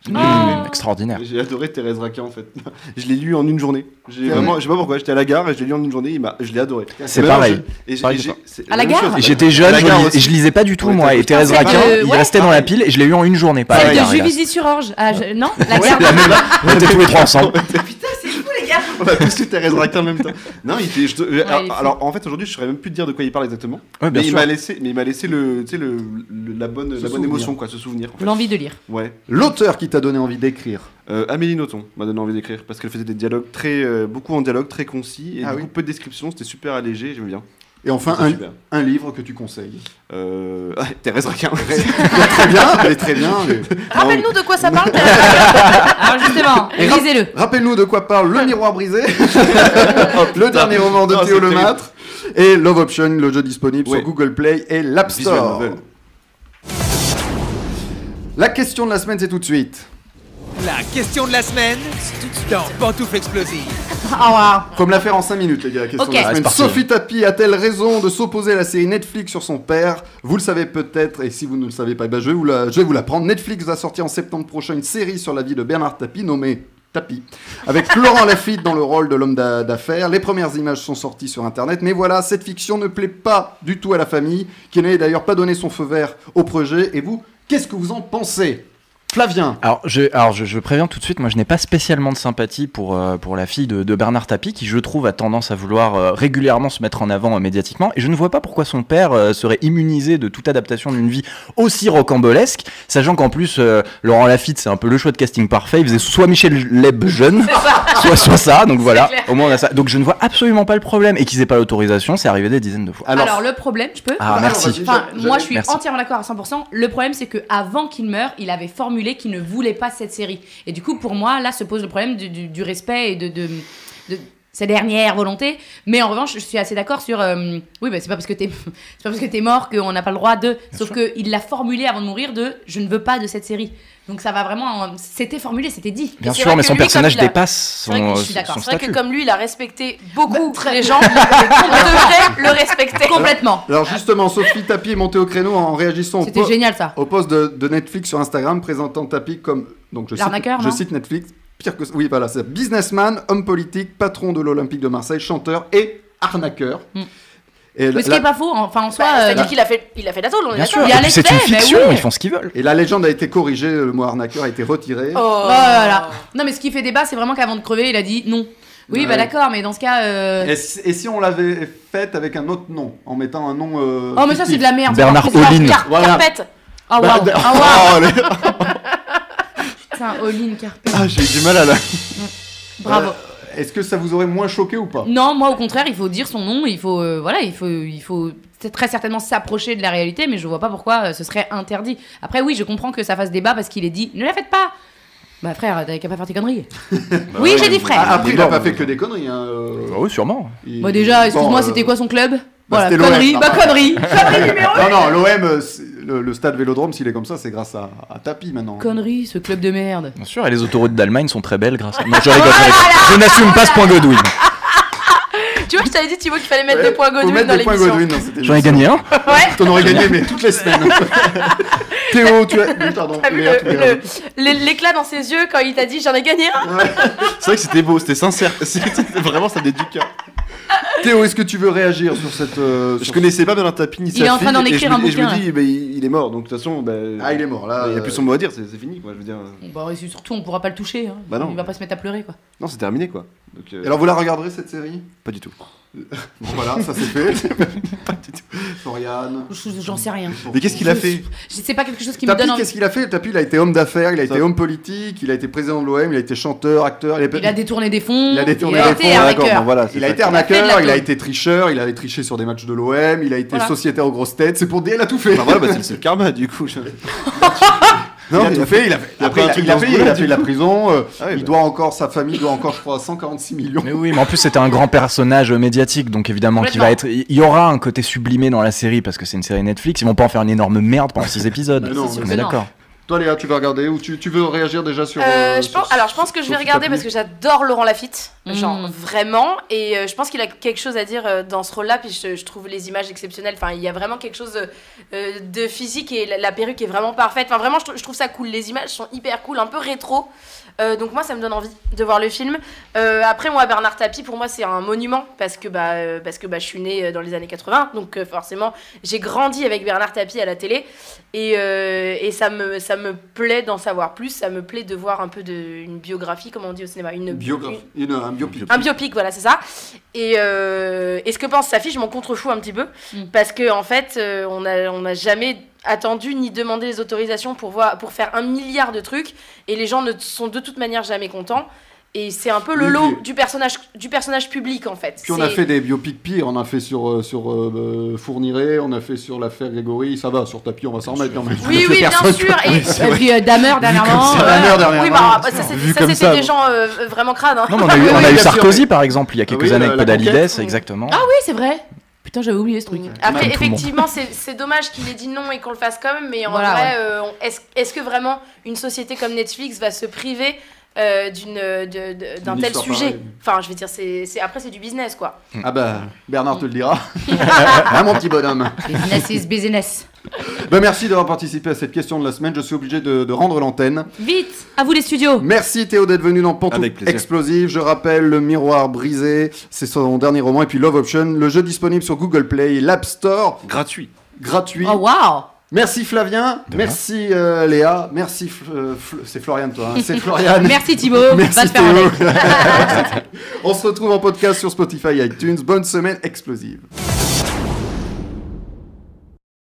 Mmh, Oh. extraordinaire. J'ai adoré Thérèse Raquin en fait. Je l'ai lu en une journée. J'ai vraiment, je sais pas pourquoi, j'étais à la gare et je l'ai lu en une journée. Il m'a, je l'ai adoré. C'est Mais pareil. non, je- et j'ai- Pareil et que j'ai- toi. c'est À la même gare chose. Et j'étais À jeune, la je, gare lis- aussi. et je lisais pas du tout Ouais, moi. t'as- Et Thérèse celle Raquin, de- il ouais. restait dans la pile et je l'ai eu en une journée. Pas Celle la de gare, hélas. Juvisy-sur-Orge. Ah, je- non, la Ouais, gare. la même. On était tous les trois ensemble. Putain, c'est fou, les gars. On a tous lu Thérèse Raquin en même temps. Non, il était. je te- il est alors, fou. alors, en fait, aujourd'hui, je saurais même plus te dire de quoi il parle exactement. Ouais, bien mais il sûr. m'a laissé, mais il m'a laissé le, tu sais, le, le- la bonne, la bonne souvenir. émotion, quoi, ce souvenir. en fait. L'envie de lire. Ouais. L'auteur qui t'a donné envie d'écrire. Euh, Amélie Nothomb m'a donné envie d'écrire parce qu'elle faisait des dialogues très, euh, beaucoup en dialogue, très concis et Ah beaucoup oui. peu de descriptions. C'était super allégé, j'aime bien. Et enfin, C'était un, super. un livre que tu conseilles. Euh... ah, Thérèse Raquin. Très bien, elle est très bien. mais- Rappelle-nous de quoi ça parle. Alors justement, Et rap- lisez-le. Rappelle-nous de quoi parle Le Miroir Brisé, le dernier roman de Non, Théo c'est Lemâtre, et Love Option, le jeu disponible Ouais. sur Google Play et l'App Visual Store. novel. La question de la semaine, c'est tout de suite. La question de la semaine dans Pantoufle Explosive. Ah waouh. Faut me la faire en cinq minutes, les gars, la question Ok. de la Ah, semaine. c'est parti. Sophie Tapie a-t-elle raison de s'opposer à la série Netflix sur son père? Vous le savez peut-être, et si vous ne le savez pas, eh ben, je, vais vous la, je vais vous l'apprendre. Netflix va sortir en septembre prochain une série sur la vie de Bernard Tapie, nommée Tapie, avec Laurent Lafitte dans le rôle de l'homme d'a- d'affaires. Les premières images sont sorties sur Internet, mais voilà, cette fiction ne plaît pas du tout à la famille, qui n'avait d'ailleurs pas donné son feu vert au projet. Et vous, qu'est-ce que vous en pensez? Flavien. Alors, je, alors je, je préviens tout de suite, moi je n'ai pas spécialement de sympathie pour, euh, pour la fille de, de Bernard Tapie, qui je trouve a tendance à vouloir euh, régulièrement se mettre en avant euh, médiatiquement, et je ne vois pas pourquoi son père euh, serait immunisé de toute adaptation d'une vie aussi rocambolesque, sachant qu'en plus euh, Laurent Lafitte c'est un peu le choix de casting parfait, il faisait soit Michel Leb jeune, soit, soit ça, donc voilà, clair. au moins on a ça. Donc je ne vois absolument pas le problème, et qu'ils aient pas l'autorisation, c'est arrivé des dizaines de fois. Alors, le problème, je peux Ah, alors, merci. vas-y, Enfin, j'allais- moi je suis Merci. entièrement d'accord à cent pour cent. Le problème c'est que avant qu'il meure, il avait formulé qu'il ne voulait pas cette série. Et du coup, pour moi, là se pose le problème du, du- du respect et de, de, de sa dernière volonté. Mais en revanche, je suis assez d'accord sur euh, oui, bah, c'est pas parce que t'es c'est pas parce que t'es mort qu'on n'a pas le droit de. Sauf que il l'a formulé avant de mourir de je ne veux pas de cette série. Donc ça va vraiment. C'était formulé, c'était dit. Bien c'est sûr, vrai mais que son lui, personnage comme il a- dépasse C'est vrai son, que je suis d'accord. son C'est vrai statut. que comme lui, il a respecté beaucoup Bah, très- les gens. On devrait le respecter. Complètement. Alors justement, Sophie Tapie est montée au créneau en réagissant au, C'était po- génial ça. au post de, de Netflix sur Instagram, présentant Tapie comme, donc je cite, L'arnaqueur, je non cite Netflix, pire que oui voilà, c'est businessman, homme politique, patron de l'Olympique de Marseille, chanteur et arnaqueur. Mm. Et, Mais ce qui la, est pas faux, enfin en soi. Bah, euh, C'est-à-dire qu'il a fait, il a fait la tôle, on est Bien d'accord. sûr, Il y a et puis c'est une l'extrait, mais fiction, oui. ils font ce qu'ils veulent. et la légende a été corrigée, le mot arnaqueur a été retiré. Oh. Voilà. Non, mais ce qui fait débat, c'est vraiment qu'avant de crever, il a dit non. Oui, Ouais. bah d'accord, mais dans ce cas. euh, Et, si- et si on l'avait faite avec un autre nom, en mettant un nom euh, Oh, mais ça, c'est fictif. de la merde. Bernard c'est encore plus Olin. grave. Car- Voilà. Carpette. Oh, Bah, waouh. d- Oh, waouh. Oh, les- Putain, Olin, Carpet. Ah, j'ai eu du mal à la. Bravo. Euh, Est-ce que ça vous aurait moins choqué ou pas? Non, moi, au contraire, il faut dire son nom. Il faut. euh, voilà, il faut. Il faut c'est très certainement s'approcher de la réalité, mais je vois pas pourquoi euh, ce serait interdit. Après, oui, je comprends que ça fasse débat parce qu'il est dit ne la faites pas. Bah, frère, t'avais qu'à pas faire tes conneries. oui, j'ai dit frère. Ah, après, il bon, a pas bon, fait bon. que des conneries. Hein, euh, Ah oui, sûrement. il- Moi, déjà, excuse-moi, Bon, euh, c'était quoi son club bah, Voilà, c'était l'O M, connerie. Bah, normal. connerie. Connerie numéro Non, non, l'O M, euh, c'est- le, le stade Vélodrome, s'il est comme ça, c'est grâce à, à Tapie maintenant. Connerie, ce club de merde. Bien sûr, et les autoroutes d'Allemagne sont très belles grâce à... Non, je rigole, je rigole. Je n'assume pas ce point Godwin. Tu vois, je t'avais dit, Thibaut, qu'il fallait mettre Ouais, des points faut Godwin mettre dans des points l'émission. Godwin dans cette J'en ai émission. gagné un. Ouais. T'en aurais gagné, mais toutes les semaines. Théo, tu as. Oui, pardon. T'as vu Léa, le- tu as- le- l'é- l'éclat dans ses yeux quand il t'a dit j'en ai gagné un? C'est vrai que c'était beau, c'était sincère. C'était vraiment, ça venait du cœur. Théo, est-ce que tu veux réagir sur cette. euh, Je sur- connaissais pas Bernard Tapie ni Il est sa en train fille, d'en et je écrire me- un Et je me bouquin, dis, bah, il il est mort, donc de toute façon, bah, Ah, il est mort là. il n'y a euh, plus son mot à dire, c'est c'est fini quoi, je veux dire. Bon, bah, et surtout, on pourra pas le toucher. Hein. Bah non. Il va pas se mettre à pleurer, quoi. Non, c'est terminé quoi. Donc, euh, Et alors, vous la regarderez cette série? pas du tout. Bon, voilà, ça c'est fait. Pas du tout. Floriane. Je- J'en sais rien. Mais qu'est-ce qu'il a fait? Je- C'est pas quelque chose qui me Tapie, donne envie. qu'est-ce qu'il a fait? Tapie, il a été homme d'affaires, il a été Ça- homme politique, il a été président de l'O M, il a été chanteur, acteur. Il a, Il a détourné des fonds. Il a détourné il des a été fonds, Ah, d'accord, arnaqueur. bon, voilà, c'est Il a ça. été Il a fait de arnaqueur, la il a tôle. été tricheur, il avait triché sur des matchs de l'O M, il a été Voilà. sociétaire aux grosses têtes. C'est pour dire, il a tout fait. Bah voilà, bah, c'est c'est le karma du coup. je- Non, Il a il a tout fait, il a fait. Il a Après, pris il un a, truc il a dans ce payé, il goût-là, a du fait la coup. prison. euh, Ah oui, il bah. doit encore, sa famille doit encore, je crois, cent quarante-six millions. Mais oui, mais en plus c'était un grand personnage médiatique, donc évidemment qu'il va être, il y aura un côté sublimé dans la série parce que c'est une série Netflix. Ils vont pas en faire une énorme merde pendant six épisodes. Mais non, C'est sûr on que est non. d'accord. Toi Léa, tu vas regarder ou tu, tu veux réagir déjà sur... Euh, euh, je sur- pense, alors je pense que je vais Sophie regarder Tapie. parce que j'adore Laurent Lafitte, Mm. genre vraiment, et euh, je pense qu'il a quelque chose à dire euh, dans ce rôle-là, puis je, je trouve les images exceptionnelles, enfin il y a vraiment quelque chose euh, de physique et la, la perruque est vraiment parfaite, enfin vraiment je, trou- je trouve ça cool, les images sont hyper cool, un peu rétro, euh, donc moi ça me donne envie de voir le film. Euh, après moi Bernard Tapie pour moi c'est un monument parce que bah, euh, parce que bah, je suis née dans les années quatre-vingts, donc euh, forcément j'ai grandi avec Bernard Tapie à la télé et, euh, et ça, me, ça me plaît d'en savoir plus, ça me plaît de voir un peu de, une biographie, comme on dit au cinéma, une Biographie. Une- un biopic. un biopic, voilà, c'est ça. Et, euh, et ce que pense sa fille, je m'en contrefous un petit peu. Mm. Parce que, en fait, euh, on n'a on a jamais attendu ni demandé les autorisations pour, voir, pour faire un milliard de trucs. Et les gens ne sont de toute manière jamais contents. Et c'est un peu le Oui, lot puis- du personnage, du personnage public, en fait. Puis on a C'est- fait des biopics pires, on a fait sur, euh, sur euh, Fourniret, on a fait sur l'affaire Grégory, ça va, sur Tapis on va s'en remettre quand même. Oui, oui, bien Personne- sûr. Et, Et puis euh, Damer dernièrement. ça, euh, Damer, dernièrement. oui, bah, ça, c'est- Vu ça, comme c'était ça, des bon. gens euh, vraiment crades. Hein. Non, mais on a eu, Oui, on oui, a eu bien sûr, Sarkozy mais- par exemple il y a quelques oui, années la- avec la Podalides, conquête. exactement. Ah oui, c'est vrai. Putain, j'avais oublié ce truc. Après, Comme tout le monde. effectivement, c'est c'est dommage qu'il ait dit non et qu'on le fasse quand même, mais en Voilà, vrai, ouais. euh, on- est-ce est-ce que vraiment une société comme Netflix va se priver euh, d'une de- de- d'un D'une tel histoire sujet? pareille. Enfin, je veux dire, c'est c'est- après, c'est du business, quoi. Ah bah, Bernard te le dira. Ah mon petit bonhomme. Business is business. Bah, merci d'avoir participé à cette question de la semaine, je suis obligé de, de rendre l'antenne. Vite, à vous les studios. Merci Théo d'être venu dans Pantoufles Avec plaisir. Explosives. Je rappelle Le Miroir Brisé, c'est son dernier roman, et puis Love Option, le jeu disponible sur Google Play et l'App Store, Gratuit. gratuit. Oh waouh. Merci Flavien, De rien. merci euh, Léa, merci, F- euh, Fl- c'est Florian toi, hein. C'est Florian. Merci Thibaut. Merci Va te faire un Théo. On se retrouve en podcast sur Spotify et iTunes. Bonne semaine explosive.